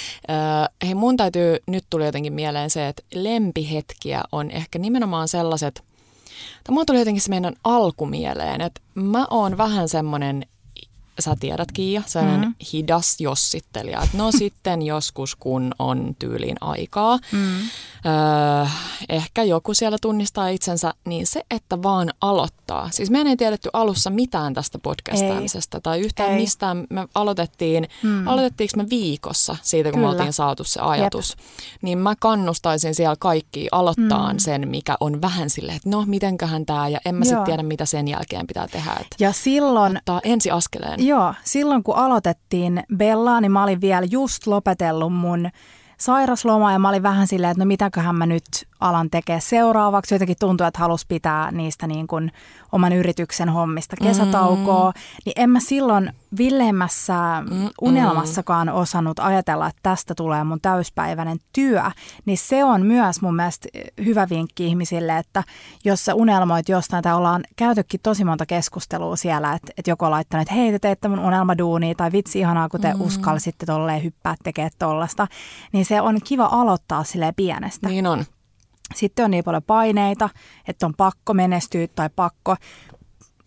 Ö, hei, mun täytyy, nyt tuli jotenkin mieleen se, että lempihetkiä on ehkä nimenomaan sellaiset, tai mulla tuli jotenkin se meidän alkumieleen, että mä oon vähän semmoinen, sä tiedät Kiia, sellainen mm. hidas jossittelija, että no sitten joskus kun on tyyliin aikaa, mm. öö, ehkä joku siellä tunnistaa itsensä, niin se, että vaan aloittaa. Siis me ei tiedetty alussa mitään tästä podcastaamisesta ei. tai yhtään ei. mistään. Me aloitettiin, mm. aloitettiinko me viikossa siitä, kun Kyllä. me oltiin saatu se ajatus. Jep. Niin mä kannustaisin siellä kaikkia aloittaa mm. sen, mikä on vähän silleen, että no mitenköhän tämä ja en mä sitten tiedä, mitä sen jälkeen pitää tehdä. Että ja silloin ottaa ensi askeleen. Joo, silloin kun aloitettiin Bellaa, niin mä olin vielä just lopetellut mun sairaslomaa ja mä olin vähän silleen, että no mitäköhän mä nyt alan tekee seuraavaksi. Jotenkin tuntui, että halusi pitää niistä niin kuin oman yrityksen hommista kesätaukoa. Mm. Niin en mä silloin villeimmässä mm, unelmassakaan mm. osannut ajatella, että tästä tulee mun täyspäiväinen työ. Niin se on myös mun mielestä hyvä vinkki ihmisille, että jos sä unelmoit jostain, tai ollaan käytykin tosi monta keskustelua siellä, että, että joku on laittanut, että hei te teette mun unelmaduunia, tai vitsi ihanaa, kun te mm. uskalsitte tolleen hyppää tekemään tollasta. Niin se on kiva aloittaa silleen pienestä. Niin on. Sitten on niin paljon paineita, että on pakko menestyä tai pakko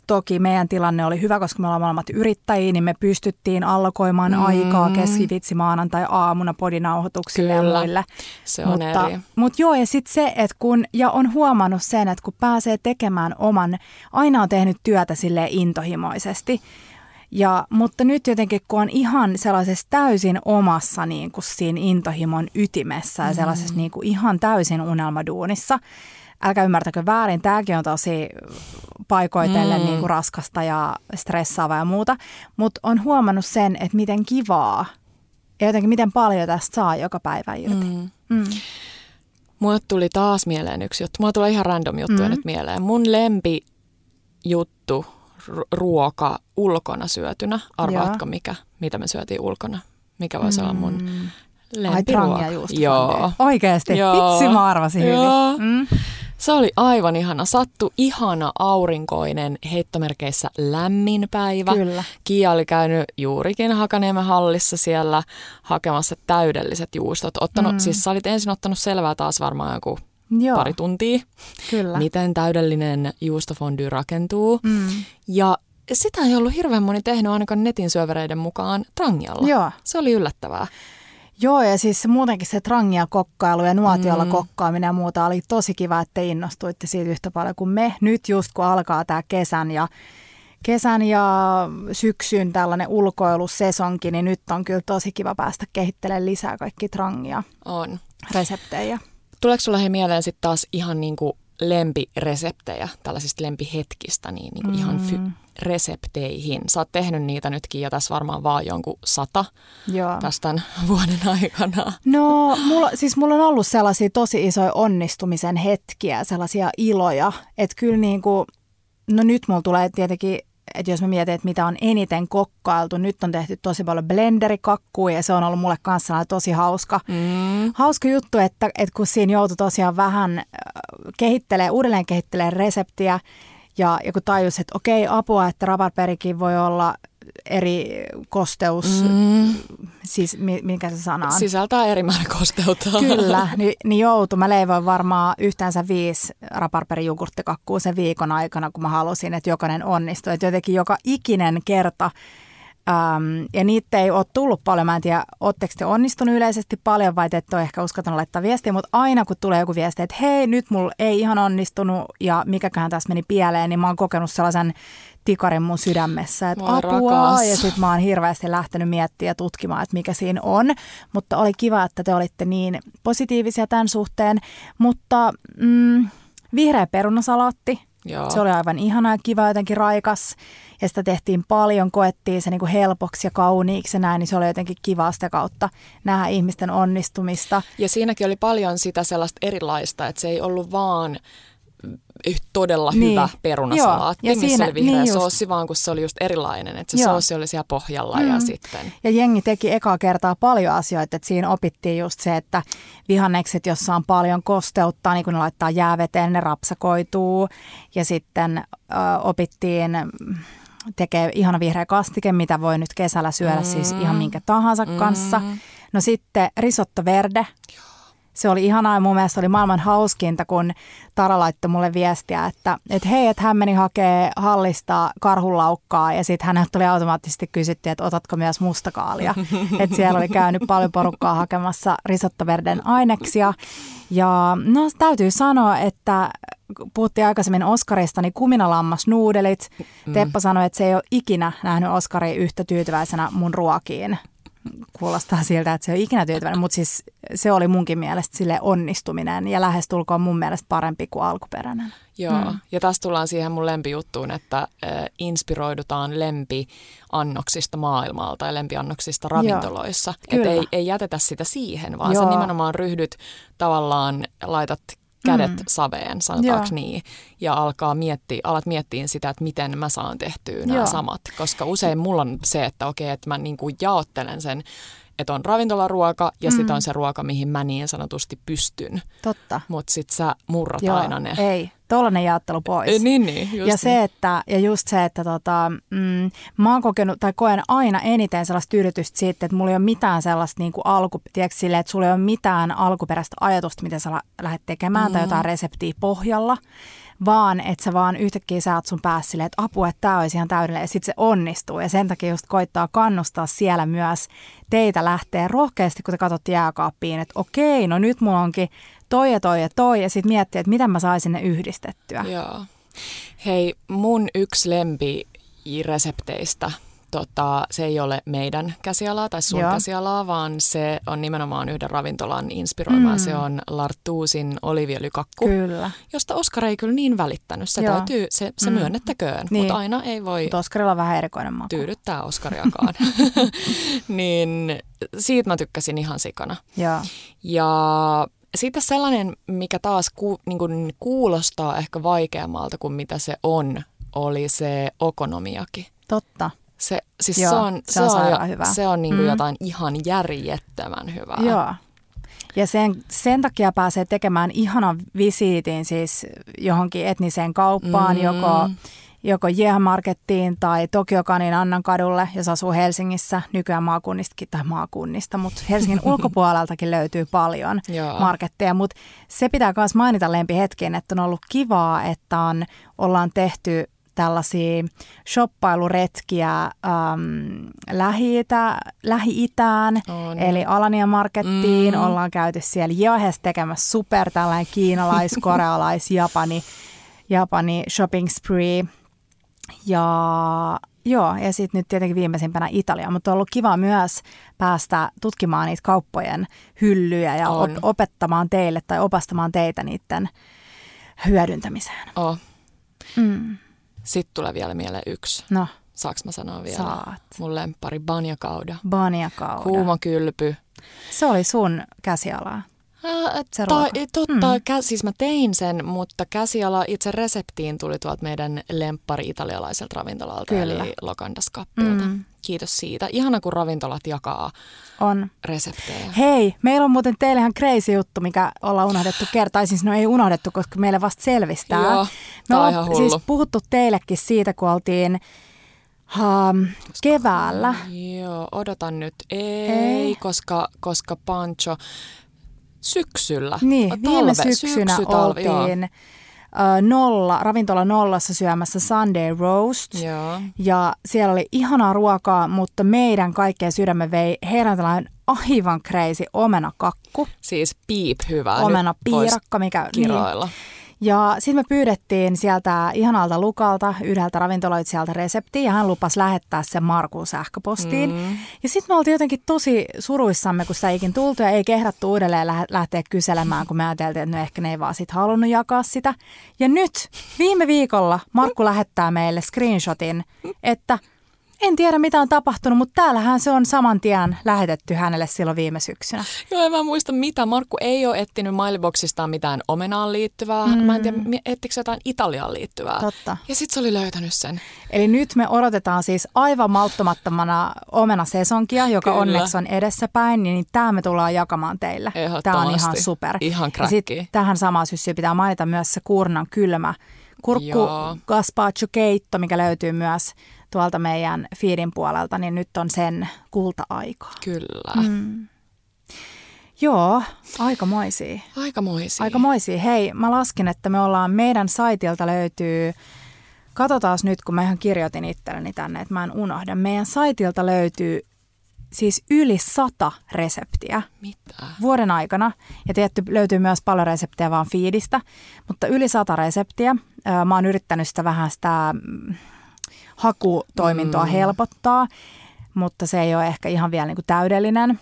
toki meidän tilanne oli hyvä, koska me ollaan molemmat yrittäjiä, niin me pystyttiin allokoimaan mm. aikaa keskivitsi maanantai-aamuna podinauhoituksille ja muille. Se on mutta, eri. Mutta joo, ja sitten se, että kun, ja on huomannut sen, että kun pääsee tekemään oman, aina on tehnyt työtä silleen intohimoisesti. Ja, mutta nyt jotenkin, kun on ihan sellaisessa täysin omassa niin kuin siinä intohimon ytimessä ja sellaisessa mm. niin kuin ihan täysin unelmaduunissa, älkää ymmärtäkö väärin, tämäkin on tosi paikoitellen mm. niin kuin raskasta ja stressaavaa ja muuta, mutta on huomannut sen, että miten kivaa ja jotenkin miten paljon tästä saa joka päivä irti. Mm. Mm. Mulle tuli taas mieleen yksi juttu. Mulle tulee ihan random juttuja mm. nyt mieleen. Mun lempijuttu, ruoka ulkona syötynä. Arvaatko mikä, mitä me syötiin ulkona? Mikä voisi mm. olla mun lempiruoka? Ai Joo. Oikeasti? Joo. Vitsi, mä arvasin Joo. hyvin. Mm. Se oli aivan ihana. Sattu ihana aurinkoinen, heittomerkeissä lämmin päivä. Kyllä. Kiia oli käynyt juurikin Hakaniemen hallissa siellä hakemassa täydelliset juustot. Ottanut, mm. Siis sä olit ensin ottanut selvää taas varmaan joku Joo. pari tuntia. Kyllä. Miten täydellinen juustofondy rakentuu. Mm. Ja sitä ei ollut hirveän moni tehnyt ainakaan netin syövereiden mukaan Trangialla. Joo. Se oli yllättävää. Joo, ja siis muutenkin se trangia kokkailu ja nuotiolla mm. kokkaaminen ja muuta oli tosi kiva, että te innostuitte siitä yhtä paljon kuin me. Nyt just kun alkaa tämä kesän ja, kesän ja syksyn tällainen ulkoilusesonki, niin nyt on kyllä tosi kiva päästä kehittelemään lisää kaikki trangia on reseptejä. Tuleeko sulla he mieleen sitten taas ihan niinku lempireseptejä, tällaisista lempihetkistä, niin niinku mm. ihan fy- resepteihin. Sä oot tehnyt niitä nytkin ja tässä varmaan vaan jonkun sata Joo. tästä vuoden aikana. No, mulla, siis mulla on ollut sellaisia tosi isoja onnistumisen hetkiä, sellaisia iloja, että kyllä niin kuin, no nyt mulla tulee tietenkin, että jos mä mietin, että mitä on eniten kokkailtu, nyt on tehty tosi paljon blenderikakkua ja se on ollut mulle kanssa tosi hauska. Mm. Hauska juttu, että, että kun siinä joutui tosiaan vähän kehittelee, uudelleen kehittelee reseptiä, Ja, ja kun tajus, että okei, apua, että rabarperikin voi olla eri kosteus, mm. siis minkä se sana on? Sisältää eri määrä kosteutta. Kyllä, niin, niin joutu. Mä leivoin varmaan yhteensä viisi rabarperijugurttikakkua sen viikon aikana, kun mä halusin, että jokainen onnistui. Että jotenkin joka ikinen kerta. Ähm, ja niitä ei ole tullut paljon. Mä en tiedä, ootteko te onnistunut yleisesti paljon vai te ette ole ehkä uskaltanut laittaa viestiä, mutta aina kun tulee joku viesti, että hei, nyt mulla ei ihan onnistunut ja mikäköhän tässä meni pieleen, niin mä oon kokenut sellaisen tikarin mun sydämessä, että Moi, apua. rakas. Ja sitten mä oon hirveästi lähtenyt miettimään ja tutkimaan, että mikä siinä on. Mutta oli kiva, että te olitte niin positiivisia tämän suhteen. Mutta mm, vihreä perunasalaatti. Joo. Se oli aivan ihana ja kiva, jotenkin raikas. Ja sitä tehtiin paljon, koettiin se niin kuin helpoksi ja kauniiksi ja näin, niin se oli jotenkin kiva sitä kautta nähdä ihmisten onnistumista. Ja siinäkin oli paljon sitä sellaista erilaista, että se ei ollut vaan todella niin. hyvä perunasalaatti, missä siinä, oli vihreä niin soossi, vaan kun se oli just erilainen, että se Joo. soossi oli siellä pohjalla mm. ja sitten. Ja jengi teki ekaa kertaa paljon asioita, että siinä opittiin just se, että vihannekset, jossa on paljon kosteutta, niin kun ne laittaa jääveteen, ne rapsakoituu ja sitten ö, opittiin tekee ihana vihreä kastike, mitä voi nyt kesällä syödä mm. siis ihan minkä tahansa mm. kanssa. No sitten risotto verde. Se oli ihanaa ja mun mielestä oli maailman hauskinta, kun Tara laittoi mulle viestiä, että, että hei, että hän meni hakee hallista karhunlaukkaa ja sitten häneltä tuli automaattisesti kysyttiin, että otatko myös mustakaalia. Että siellä oli käynyt paljon porukkaa hakemassa risottoverden aineksia. Ja no täytyy sanoa, että puhuttiin aikaisemmin Oscarista, niin kuminalammasnuudelit. Mm. Teppo sanoi, että se ei ole ikinä nähnyt Oscaria yhtä tyytyväisenä mun ruokiin. Kuulostaa siltä, että se on ikinä tyytyväinen, mutta siis se oli munkin mielestä sille onnistuminen ja lähestulkoon mun mielestä parempi kuin alkuperäinen. Joo, mm. ja tässä tullaan siihen mun lempijuttuun, että äh, inspiroidutaan lempiannoksista maailmalta ja lempiannoksista ravintoloissa. Että ei, ei jätetä sitä siihen, vaan Joo. sä nimenomaan ryhdyt tavallaan, laitat kädet mm. saveen, sanotaanko niin, ja alkaa miettiä, alat miettiä sitä, että miten mä saan tehtyä nämä Joo. samat. Koska usein mulla on se, että okei, että mä niinku jaottelen sen, että on ravintolaruoka ja mm. sitten on se ruoka, mihin mä niin sanotusti pystyn. Totta. Mutta sitten sä murrat Joo, aina ne. Ei, tollainen jaottelu pois. E, niin, niin, just ja, se, niin. että, ja just se, että tota, mm, mä oon kokenut tai koen aina eniten sellaista tyydytystä siitä, että mulla ei ole mitään sellaista niin kuin alku, tiedätkö, silleen, että sulla ei ole mitään alkuperäistä ajatusta, miten sä lähdet tekemään mm. tai jotain reseptiä pohjalla, vaan että sä vaan yhtäkkiä saat sun päässä silleen, että apua, että tää olisi ihan täydellinen ja sitten se onnistuu. Ja sen takia just koittaa kannustaa siellä myös teitä lähteä rohkeasti, kun te katsotte jääkaappiin, että okei, no nyt mulla onkin toi ja toi ja toi ja sitten miettiä, että miten mä saisin ne yhdistettyä. Joo. Hei, mun yksi lempi resepteistä, tota, se ei ole meidän käsialaa tai sun Joo. käsialaa, vaan se on nimenomaan yhden ravintolan inspiroimaa. Mm. Se on Lartuusin oliiviöljykakku, kyllä. josta Oskar ei kyllä niin välittänyt. Se, täytyy, se, se mm. myönnettäköön, niin. mutta aina ei voi Mut Oskarilla on vähän erikoinen maku. Tyydyttää Oskariakaan. Niin siitä mä tykkäsin ihan sikana. Joo. Ja sitten sellainen, mikä taas ku, niin kuin kuulostaa ehkä vaikeammalta kuin mitä se on, oli se okonomiaki. Totta. Se, siis Joo, se on, se on, se on, jo, hyvä. Se on niin kuin mm. jotain ihan järjettömän hyvää. Joo. Ja sen, sen takia pääsee tekemään ihanan visiitin siis johonkin etniseen kauppaan, mm. joko, joko J-Markettiin tai Tokiokanin Annan kadulle, jos asuu Helsingissä, nykyään maakunnistakin tai maakunnista, mutta Helsingin ulkopuoleltakin löytyy paljon marketteja. Mutta se pitää myös mainita lempihetken, että on ollut kivaa, että on, ollaan tehty tällaisia shoppailuretkiä äm, Lähi-itä, Lähi-Itään, on. Eli Alania Markettiin. Mm. Ollaan käyty siellä Jahes tekemässä super tällainen kiinalais, korealais, japani, japani shopping spree. Ja joo, ja sitten nyt tietenkin viimeisimpänä Italia, mutta on ollut kiva myös päästä tutkimaan niitä kauppojen hyllyjä ja op- opettamaan teille tai opastamaan teitä niiden hyödyntämiseen. Oh. Mm. Sitten tulee vielä mieleen yksi. No. Saaks mä sanoa vielä? Saat. Mun lemppari banja cauda. Banja cauda. Kuuma kylpy. Se oli sun käsialaa. Äh, ta, totta, mm. kä, siis mä tein sen, mutta käsiala itse reseptiin tuli tuolta meidän lemppari italialaiselta ravintolalta, Kyllä. eli Locandaskappilta. Mm. Kiitos siitä. Ihana, kun ravintolat jakaa on. reseptejä. Hei, meillä on muuten teille ihan crazy juttu, mikä ollaan unohdettu kertaa. Siis no ei unohdettu, koska meille vasta selvistää. Joo, me ollaan siis puhuttu teillekin siitä, kun oltiin um, keväällä. Joo, odotan nyt. Ei, ei. Koska, koska Pancho syksyllä. Niin, talve, viime syksynä syksy, talve, oltiin uh, nolla, ravintola nollassa syömässä Sunday Roast. Joo. Ja siellä oli ihanaa ruokaa, mutta meidän kaikkeen sydämme vei heidän tällainen aivan crazy omenakakku. Siis piip hyvä. Omenapiirakka, mikä kiroilla. Niin. Ja sitten me pyydettiin sieltä ihanalta Lukalta, yhdeltä ravintoloitsijalta reseptiä, ja hän lupasi lähettää sen Markun sähköpostiin. Mm. Ja sitten me oltiin jotenkin tosi suruissamme, kun sitä ikin tultu ja ei kehdattu uudelleen lähteä kyselemään, kun me ajateltiin, että no ehkä ne ei vaan sit halunnut jakaa sitä. Ja nyt viime viikolla Markku lähettää meille screenshotin, että en tiedä, mitä on tapahtunut, mutta täällähän se on saman tien lähetetty hänelle silloin viime syksynä. Joo, en mä muista mitä. Markku ei ole etsinyt mailiboksistaan mitään omenaan liittyvää. Mm. Mä en tiedä, ettikö se jotain Italiaan liittyvää. Totta. Ja sit se oli löytänyt sen. Eli nyt me odotetaan siis aivan malttamattomana omenasesonkia, joka Kyllä. onneksi on edessäpäin, niin tämä me tullaan jakamaan teille. Tämä on ihan super. Ihan kräkki. Tähän samaan syssyyn pitää mainita myös se Kurnan kylmä kurkku gazpacho-keitto, mikä löytyy myös tuolta meidän feedin puolelta, niin nyt on sen kulta-aikaa. Kyllä. Mm. Joo, aikamoisia. Aikamoisia. Aikamoisia. Hei, mä laskin, että me ollaan, meidän saitilta löytyy, katsotaan nyt, kun mä ihan kirjoitin itselleni tänne, että mä en unohda. Meidän saitilta löytyy siis yli sata reseptiä. Mitä? Vuoden aikana. Ja tietty löytyy myös paljon reseptejä vaan feedistä, mutta yli sata reseptiä. Mä oon yrittänyt sitä vähän sitä hakutoimintoa mm. helpottaa, mutta se ei ole ehkä ihan vielä niin kuin täydellinen.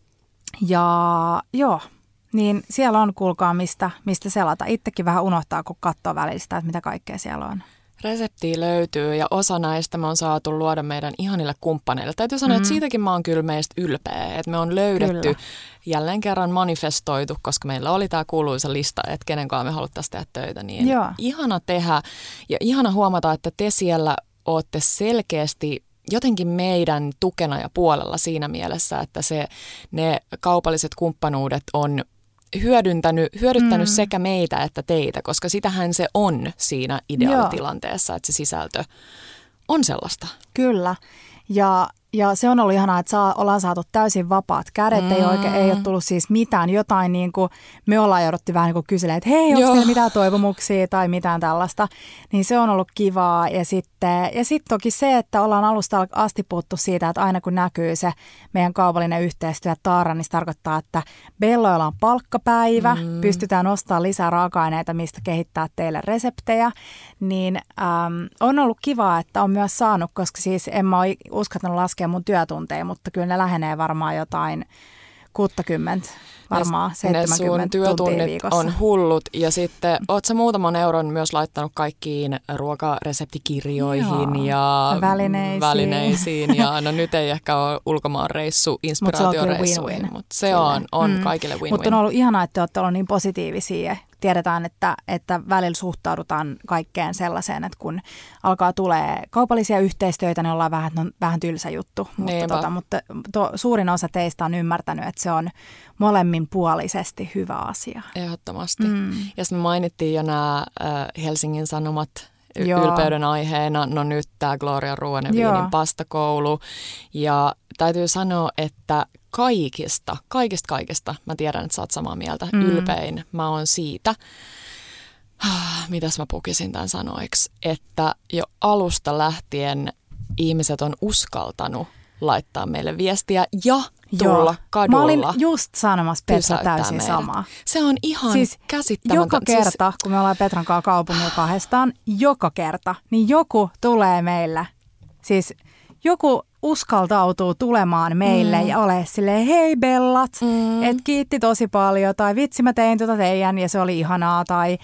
Ja joo, niin siellä on, kuulkaa, mistä, mistä selata. Itsekin vähän unohtaa, kun katsoo välistä, että mitä kaikkea siellä on. Reseptiä löytyy ja osa näistä me on saatu luoda meidän ihanille kumppaneille. Täytyy sanoa, mm. että siitäkin mä oon kyllä meistä ylpeä, että me on löydetty kyllä. jälleen kerran manifestoitu, koska meillä oli tämä kuuluisa lista, että kenen kanssa me haluttaisiin tehdä töitä. Niin Joo. ihana tehdä ja ihana huomata, että te siellä ootte selkeästi jotenkin meidän tukena ja puolella siinä mielessä, että se, ne kaupalliset kumppanuudet on hyödyntänyt, hyödyttänyt mm. sekä meitä että teitä, koska sitähän se on siinä ideaalitilanteessa, että se sisältö on sellaista. Kyllä. Ja, ja se on ollut ihanaa, että saa, ollaan saatu täysin vapaat kädet, mm. ei, oikein, ei ole tullut siis mitään, jotain niin kuin me ollaan jouduttu vähän niin kuin kyselemään, että hei, onko teillä mitään toivomuksia tai mitään tällaista, niin se on ollut kivaa. Ja sitten ja sit toki se, että ollaan alusta asti puhuttu siitä, että aina kun näkyy se meidän kaupallinen yhteistyö Taara, niin se tarkoittaa, että Belloilla on palkkapäivä, mm. pystytään ostamaan lisää raaka-aineita, mistä kehittää teille reseptejä, niin äm, on ollut kivaa, että on myös saanut, koska siis en mä ole uskaltanut laskea mun työtunteja, mutta kyllä ne lähenee varmaan jotain kuusikymmentä, varmaan ne, seitsemänkymmentä ne sun työtunnit viikossa. On hullut ja sitten oot sä muutaman euron myös laittanut kaikkiin ruokareseptikirjoihin Joo. ja välineisiin. välineisiin ja no nyt ei ehkä ole ulkomaan reissu, inspiraatioreissuihin, mutta se on, on mm. kaikille win-win. Mutta on ollut ihanaa, että olette olleet niin positiivisia. Tiedetään, että, että välillä suhtaudutaan kaikkeen sellaiseen, että kun alkaa tulee kaupallisia yhteistyötä, niin ollaan vähän, no, vähän tylsä juttu. Mutta, tota, mutta to, suurin osa teistä on ymmärtänyt, että se on molemminpuolisesti hyvä asia. Ehdottomasti. Mm. Ja sitten mainittiin jo nämä äh, Helsingin Sanomat y- ylpeyden aiheena. No nyt tämä Gloria Ruoneviinin pastakoulu. Ja täytyy sanoa, että kaikista, kaikista, kaikista, mä tiedän, että sä oot samaa mieltä, mm. ylpein mä oon siitä, mitäs mä pukisin tämän sanoiksi, että jo alusta lähtien ihmiset on uskaltanut laittaa meille viestiä ja tulla Joo. kadulla. Mä olin just sanomassa Petra täysin meidät. Samaa. Se on ihan siis käsittämätöntä. Joka kerta, siis kun me ollaan Petran kanssa kaupungilla kahdestaan, joka kerta, niin joku tulee meille, siis joku uskaltautuu tulemaan meille mm. ja ole silleen, hei Bellat, mm. että kiitti tosi paljon, tai vitsi mä tein tuota teidän ja se oli ihanaa, tai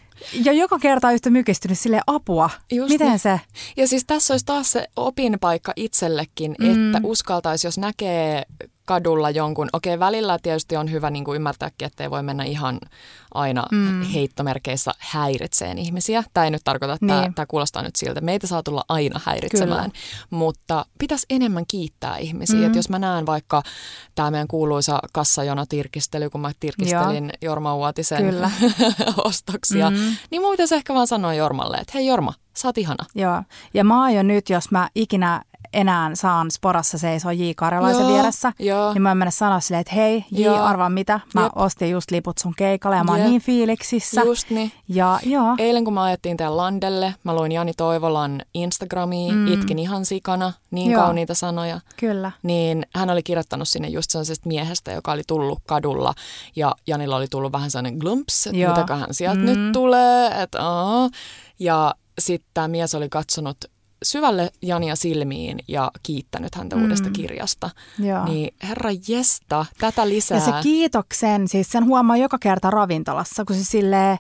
ja joka kerta on yhtä mykistynyt silleen apua. Just Miten niin. se? Ja siis tässä olisi taas se opinpaikka itsellekin, mm. että uskaltaisi, jos näkee kadulla jonkun. Okei, välillä tietysti on hyvä niin kuin ymmärtääkin, että ei voi mennä ihan aina mm. heittomerkeissä häiritseen ihmisiä. Tämä ei nyt tarkoita, että niin. tämä, tämä kuulostaa nyt siltä. Meitä saa tulla aina häiritsemään, Kyllä. mutta pitäisi enemmän kiittää ihmisiä. Mm. Että jos mä näen vaikka tämä meidän kuuluisa kassajonotirkistely, kun mä tirkistelin Joo. Jorma Uotisen ostoksia, mm. niin mun pitäisi ehkä vaan sanoa Jormalle, että hei Jorma, sä oot ihana. Joo, ja mä aion nyt, jos mä ikinä enää saan Sporassa seisoo J. Karjalaisen Joo, vieressä, jo. niin mä mennä sanoa silleen, että hei J, Joo. arvaa mitä, mä Jep. ostin just liput sun keikalle ja mä oon Jep. niin fiiliksissä. Just niin. Ja, joo. Eilen kun mä ajettiin teidän landelle, mä luin Jani Toivolan Instagramiin, mm. itkin ihan sikana, niin joo. kauniita sanoja. Kyllä. Niin hän oli kirjoittanut sinne just sellaisesta miehestä, joka oli tullut kadulla ja Janilla oli tullut vähän sellainen glumps, että mitäköhän sieltä mm. nyt tulee, että aah. Ja sitten tämä mies oli katsonut syvälle Jania silmiin ja kiittänyt häntä mm. uudesta kirjasta. Joo. Niin herra jesta, tätä lisää. Ja se kiitoksen, siis sen huomaa joka kerta ravintolassa, kun se silleen,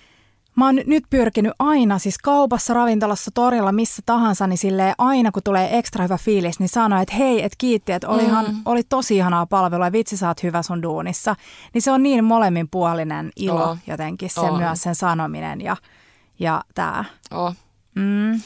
mä oon nyt pyrkinyt aina, siis kaupassa, ravintolassa, torilla, missä tahansa, niin silleen aina kun tulee ekstra hyvä fiilis, niin sanoo, että hei, että kiitti, että olihan, mm. oli tosi ihanaa palvelua ja vitsi sä oot hyvä sun duunissa. Niin se on niin molemminpuolinen ilo oh. jotenkin, se oh. myös sen sanominen ja, ja tää. Oh. Mm.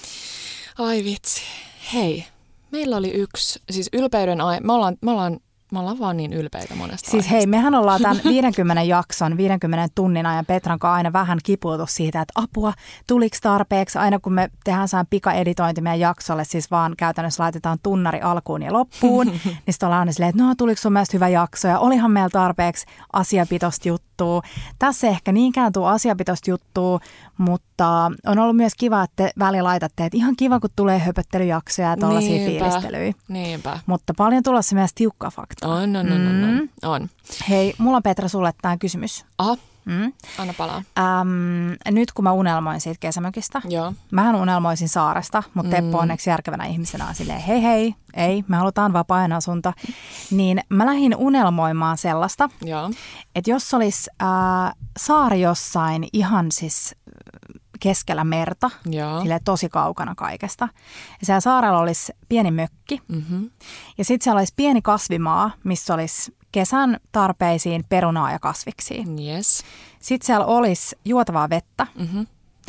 Ai vitsi. Hei, meillä oli yksi, siis ylpeyden aihe, me ollaan, me ollaan, me ollaan vaan niin ylpeitä monesta Siis aiheesta. Hei, mehän ollaan tämän viidenkymmenen jakson, viidenkymmenen tunnin ajan Petran kanssa aina vähän kipuutu siitä, että apua, tuliko tarpeeksi? Aina kun me tehdään saan pikaeditointi meidän jaksolle, siis vaan käytännössä laitetaan tunnari alkuun ja loppuun, niin sitten ollaan aina silleen, että no tuliko sun mielestä hyvä jakso ja olihan meillä tarpeeksi asiapitoista juttua. Tässä ehkä niinkään tuu asiapitoista juttua, mutta on ollut myös kiva, että te välillä laitatte, että ihan kiva, kun tulee höpöttelyjaksoja ja tuollaisia fiilistelyjä. Niinpä. Mutta paljon tulossa myös tiukkaa faktaa. On, on, on, on, on. on. Hei, mulla on Petra sulle tämä kysymys. Aha, mm. anna palaa. Ähm, nyt kun mä unelmoin siitä kesämökistä, Joo. mähän unelmoisin saaresta, mutta Teppo mm. onneksi järkevänä ihmisenä on silleen, hei hei, ei, me halutaan vapaa-ajan asunto. Niin mä lähdin unelmoimaan sellaista, Joo. että jos olisi äh, saari jossain ihan siis keskellä merta, silleen tosi kaukana kaikesta. Ja siellä saarella olisi pieni mökki mm-hmm. ja sitten siellä olisi pieni kasvimaa, missä olisi kesän tarpeisiin perunaa ja kasviksia. Yes. Sitten siellä olisi juotavaa vettä mm-hmm.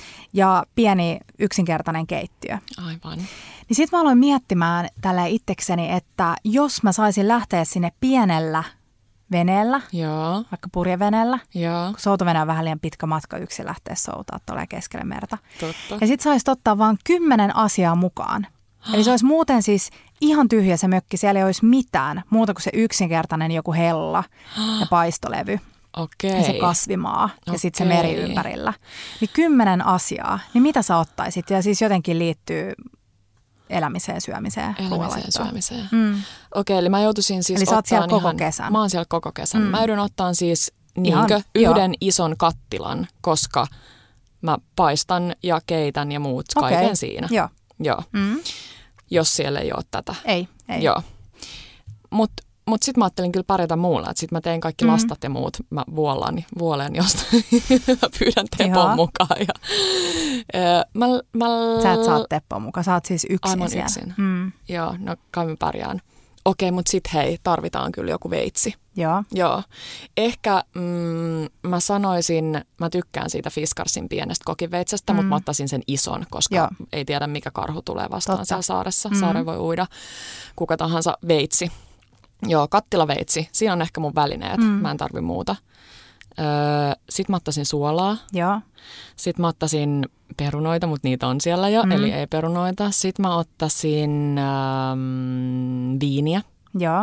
ja pieni yksinkertainen keittiö. Aivan. Niin sitten mä aloin miettimään tällä itsekseni, että jos mä saisin lähteä sinne pienellä veneellä, Joo. vaikka purjeveneellä. Joo. Kun soutovene on vähän liian pitkä matka yksin lähteä soutaa tuolla keskelle merta. Totta. Ja sit saisit ottaa vaan kymmenen asiaa mukaan. Eli se olisi muuten siis ihan tyhjä se mökki. Siellä ei olisi mitään muuta kuin se yksinkertainen joku hella ja paistolevy. Okei. Ja se kasvimaa ja sitten se Okei. meri ympärillä. Niin kymmenen asiaa. Niin mitä sä ottaisit? Ja siis jotenkin liittyy elämiseen, syömiseen, Elämiseen, ruoanlaittoon. syömiseen. Mm. Okei, eli mä joutuisin siis Eli sä oot siellä ottaan koko ihan, kesän. Mä oon siellä koko kesän. Mm. Mä joudun ottaan siis Ihan, niinkö joo. yhden ison kattilan, koska mä paistan ja keitän ja muut Okei. kaiken siinä. Joo. Joo. Mm. Jos siellä ei ole tätä. Ei, ei. Joo. Mutta mut sitten mä ajattelin kyllä pärjätä muulla. Että sitten mä teen kaikki Mm. lastat ja muut. Mä vuolaan, vuoleen jostain. Mä pyydän Tepon Joo. mukaan. Ja, ö, mä, mä, Sä et saa Teppoa mukaan. Sä oot siis yksin Aivan siellä. yksin. Mm. Joo, no kai mä pärjään. Okei, mutta sitten hei, tarvitaan kyllä joku veitsi. Joo. Joo. Ehkä mm, mä sanoisin, mä tykkään siitä Fiskarsin pienestä kokiveitsestä, mm. mutta mä ottaisin sen ison, koska Joo. ei tiedä mikä karhu tulee vastaan Totta. siellä saaressa. Mm. Saaren voi uida kuka tahansa veitsi. Joo, kattilaveitsi. Siinä on ehkä mun välineet. Mm. Mä en tarvi muuta. Öö, Sitten mä ottaisin suolaa. Joo. Sitten mä ottaisin perunoita, mutta niitä on siellä jo, Mm. eli ei perunoita. Sitten mä ottaisin ähm, viiniä. Joo.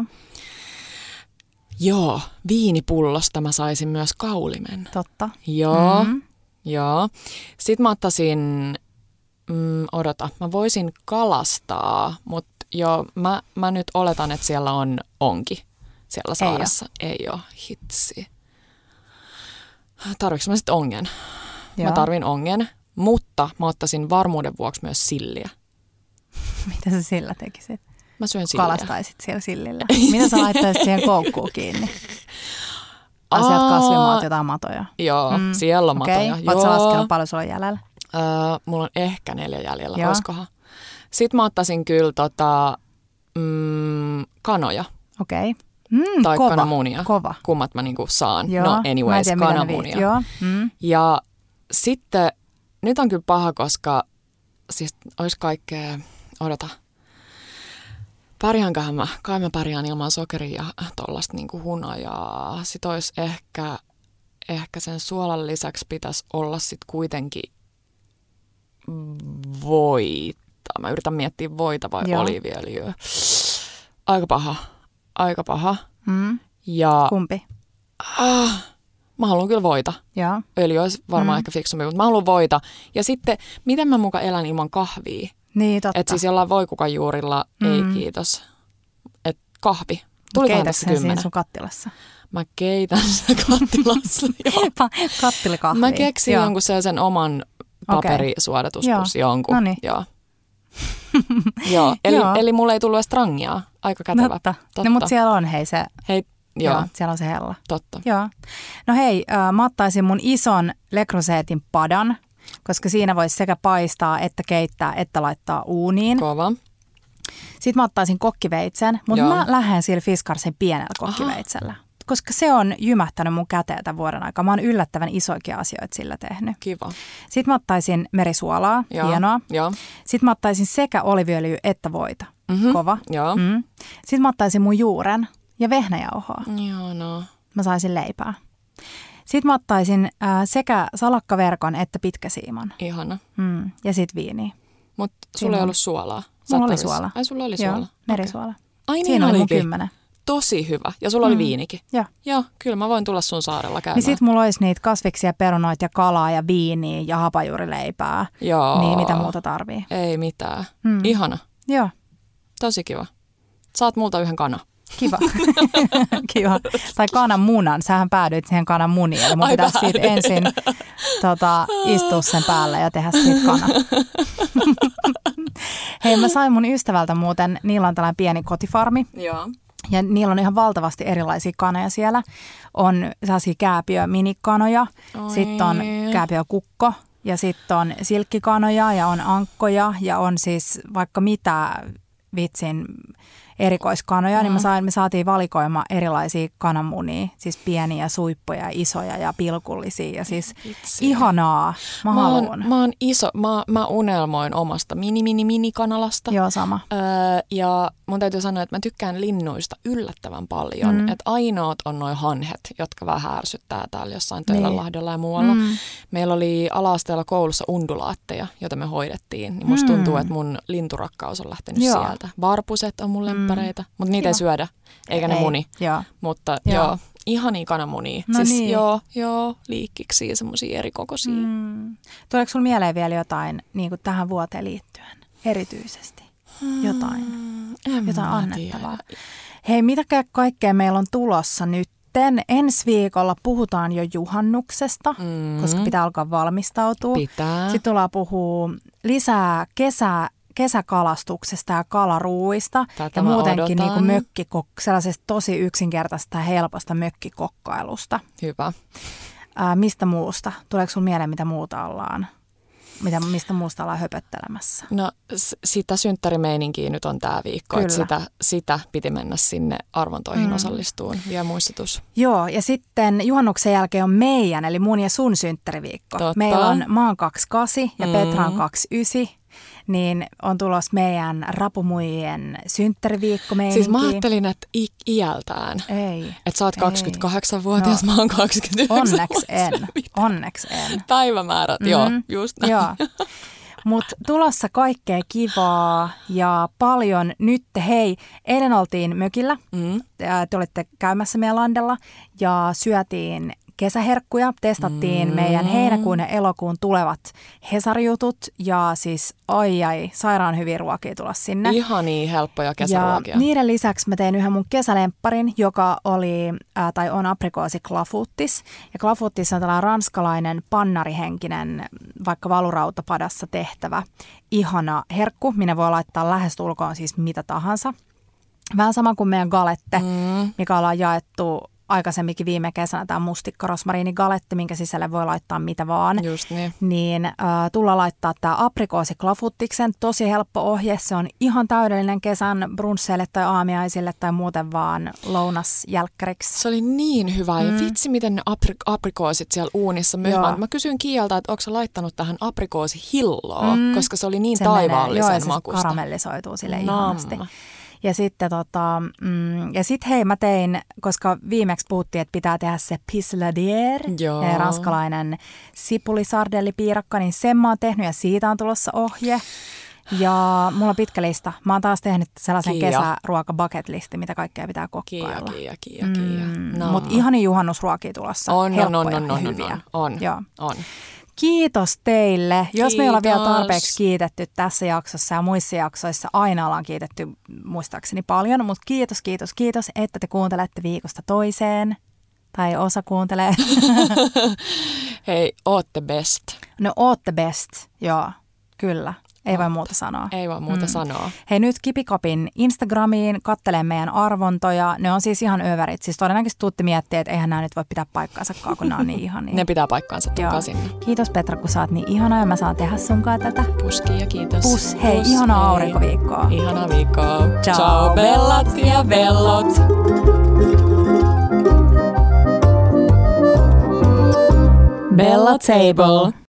Joo, viinipullosta mä saisin myös kaulimen. Totta. Joo, Mm. joo. Sitten mä ottaisin, mm, odota, mä voisin kalastaa, mutta joo, mä, mä nyt oletan, että siellä on onki siellä saaressa. Ei, ei ole, hitsi. Tarvitsen mä sitten ongen? Joo. Mä tarvin ongen, mutta mä ottaisin varmuuden vuoksi myös silliä. Mitä sä sillä tekisit? Mä syön silliä. Kalastaisit siellä sillillä. Mitä sä laittaisit siihen koukkuun kiinni? Asiat, Aa, kasvimaat, jotain matoja. Joo, Mm. siellä on Okei, matoja. oot sä Joo. laskenut paljon sulla on jäljellä? Öö, mulla on ehkä neljä jäljellä, Joo. oiskohan. Sitten mä ottaisin kyllä tota, mm, kanoja Okei. Mm, tai kova. kananmunia. Kova. Kummat mä niinku saan. Joo. No Mä en anyways, tiedä, mitä ne kananmunia. viit. Joo. Mm. Ja sitten, nyt on kyllä paha, koska siis olisi kaikkea, odota. Pärjäänköhän mä, kai mä pärjään ilman sokeria ja tollaista niinku hunajaa. Sitten olisi ehkä, ehkä sen suolan lisäksi pitäisi olla sitten kuitenkin voita. Mä yritän miettiä voita vai Joo. oliiviöljyä. Aika paha, aika paha. Mm. Ja Kumpi? ah, mä haluan kyllä voita. Joo. Öljy olisi varmaan Mm. ehkä fiksumpi, mutta mä haluan voita. Ja sitten, miten mä muka elän ilman kahvia? Niin, totta. Että siis jollain voikukajuurilla, Mm. ei kiitos. Et kahvi. Tuli vähän Keitätkö tässä sen siinä kymmenen. sun kattilassa? Mä keitän sitä kattilassa. Joo. Kattilikahvia. Mä keksin Joo. jonkun sellaisen oman paperisuodatuspussi Joo. jonkun. Noniin. Joo. Joo. Eli, Joo. eli mulla ei tullut edes trangia. Aika kätevä. Totta. No, mutta siellä on hei se, Hei, joo, joo. siellä on se hella. totta. Joo. No hei, äh, mä ottaisin mun ison Le Creusetin padan, koska siinä voisi sekä paistaa, että keittää, että laittaa uuniin. Kova. Sitten mä ottaisin kokkiveitsen, mutta Joo. mä lähden sillä Fiskarsin pienellä kokkiveitsellä. Koska se on jymähtänyt mun käteen tämän vuoden aikaa. Mä oon yllättävän isoikin asioita sillä tehnyt. Kiva. Sitten mä ottaisin merisuolaa, Joo. hienoa. Joo. Sitten mä ottaisin sekä oliviöljyä että voita, Mhm. kova. Joo. Mm. Sitten mä ottaisin mun juuren ja vehnäjauhoa. Joo, no. Mä saisin leipää. Sitten mä ottaisin äh, sekä salakkaverkon että pitkäsiiman. Ihana. Mm. Ja sitten viiniä. Mutta Siinä sulla ei on. ollut suolaa. Sä Mulla et oli tarvis- suola. Ai sulla oli Joo, suola. merisuola. Okay. Ai niin Siinä oli mun olikin. kymmenen. Tosi hyvä. Ja sulla oli Mm. viinikin. Joo. Joo, kyllä mä voin tulla sun saarella käymään. Niin sit mulla olisi niitä kasviksia, perunoita ja kalaa ja viiniä ja hapajuurileipää. Joo. Niin mitä muuta tarvii. Ei mitään. Mm. Ihana. Joo, Tosi kiva. Saat multa yhden kana. kiva. Kiva. Tai kanan munan. Sähän päädyit siihen kanan muniin. Eli mun Ai pitäisi siitä päädyin. ensin tota, istua sen päälle ja tehdä siitä kana. Hei, mä sain mun ystävältä muuten, niillä on tällainen pieni kotifarmi. Joo. Ja niillä on ihan valtavasti erilaisia kanoja siellä. On sellaisia kääpiö-minikanoja, Oi. sitten on kääpiö-kukko ja sitten on silkkikanoja ja on ankkoja ja on siis vaikka mitä vitsin erikoiskanoja, mm. niin me, sain, me saatiin valikoima erilaisia kananmunia, siis pieniä, suippuja, isoja ja pilkullisia ja siis Itse. ihanaa. Mä, mä, oon, mä oon iso, mä, mä unelmoin omasta mini mini mini kanalasta. Joo, sama. Öö, ja mun täytyy sanoa, että mä tykkään linnuista yllättävän paljon. Mm. Että ainoat on noi hanhet, jotka vähän ärsyttää täällä jossain Töölönlahdella ja muualla. Mm. Meillä oli ala-asteella koulussa undulaatteja, joita me hoidettiin. Niin musta mm. tuntuu, että mun linturakkaus on lähtenyt joo. sieltä. Varpuset on mun lemppareita, mm. mutta niitä joo. ei syödä, eikä ne ei. muni. Joo. Mutta joo, joo ihania kananmunia. No siis niin. joo, joo, liikkiksi ja semmoisia erikokoisia. Mm. Tuleeko sulla mieleen vielä jotain niin kuin tähän vuoteen liittyen erityisesti? Jotain, mm, jotain annettavaa. Tiedä. Hei, mitä kaikkea meillä on tulossa nyt? Ensi viikolla puhutaan jo juhannuksesta, mm. koska pitää alkaa valmistautua. Pitää. Sitten tullaan puhua lisää kesä, kesäkalastuksesta ja kalaruuista. Tätä ja muutenkin niin kuin mökkikok, sellaisesta tosi yksinkertaisesta ja helposta mökkikokkailusta. Hyvä. Ää, mistä muusta? Tuleeko sinulla mieleen, mitä muuta ollaan? Mitä, mistä muusta ollaan höpöttelemässä? No sitä synttärimeininkiä nyt on tämä viikko, että sitä, sitä piti mennä sinne arvontoihin mm. osallistuun. Vielä muistutus. Joo, ja sitten juhannuksen jälkeen on meidän, eli mun ja sun synttäriviikko. Totta. Meillä on, mä oon kaksikymmentäkahdeksan ja mm. Petra on kaksikymmentäyhdeksän. Niin on tulossa meidän rapumuijien synttäriviikko meininki. Siis mä ajattelin, että i- iältään. Ei. Että sä oot kaksikymmentäkahdeksanvuotias, no, mä oon kaksikymmentäyhdeksän. Onneksi en. Onneksi en. Päivämäärät, mm-hmm. joo, just näin. Joo. Mutta tulossa kaikkea kivaa ja paljon nyt. Hei, eilen oltiin mökillä. Mm. Te olitte käymässä meidän landella ja syötiin kesäherkkuja. Testattiin mm. meidän heinäkuun ja elokuun tulevat Hesari-jutut ja siis ai ai, sairaan hyviä ruokia tulla sinne. Ihania helppoja kesäruokia. Ja niiden lisäksi mä tein yhden mun kesälempparin, joka oli äh, tai on aprikoosi klafuttis. Ja klafuttis on tällainen ranskalainen pannarihenkinen, vaikka valurautapadassa tehtävä ihana herkku, minne voi laittaa lähestulkoon siis mitä tahansa. Vähän sama kuin meidän galette, mm. mikä ollaan jaettu aikaisemminkin viime kesänä, tämä mustikka rosmariini galette, minkä sisälle voi laittaa mitä vaan. Just niin. Niin äh, tulla laittaa tämä aprikoosi klafuttiksen. Tosi helppo ohje. Se on ihan täydellinen kesän brunsseille tai aamiaisille tai muuten vaan lounasjälkkäriksi. Se oli niin hyvä. Mm. Ja vitsi, miten ne apri- aprikoosit siellä uunissa myöhään. Mä kysyin Kiialta, että onko se laittanut tähän aprikoosihilloa, mm. koska se oli niin se taivaallisen menee, joo, makusta. Joo, se karamellisoituu sille ihanasti. Ja sitten tota, mm, ja sit hei mä tein, koska viimeksi puhuttiin, että pitää tehdä se pisladier, ja ranskalainen sipulisardellipiirakka, niin sen mä oon tehnyt ja siitä on tulossa ohje. Ja mulla on pitkä lista. Mä oon taas tehnyt sellaisen Kiia. kesäruoka bucket listi, mitä kaikkea pitää kokkailla. Kiia, kiia, kiia. Mm, no. Mutta ihania juhannusruokia tulossa. On, helppoja on, on, on, ja hyviä. On, on, Joo. on. Kiitos teille. Kiitos. Jos me ei olla vielä tarpeeksi kiitetty tässä jaksossa ja muissa jaksoissa, aina ollaan kiitetty muistaakseni paljon, mutta kiitos, kiitos, kiitos, että te kuuntelette viikosta toiseen. Tai osa kuuntelee. Hei, ootte best. No ootte best, joo, kyllä. Ei voi muuta sanoa. Ei voi muuta mm. sanoa. Hei, nyt Kipikopin Instagramiin, kattele meidän arvontoja. Ne on siis ihan överit. Siis todennäköisesti tuutte miettiä, että eihän nämä nyt voi pitää paikkaansakaan, kun nämä on niin ihania. Ne pitää paikkaansa, tulkaa sinne. Kiitos Petra, kun sä oot niin ihana ja mä saan tehdä sunkaan tätä. Puski ja kiitos. Pus, hei, Pus, ihanaa hei. aurinkoviikkoa. Ihanaa viikkoa. Ciao, Ciao bellat ja bellot. Bella Table.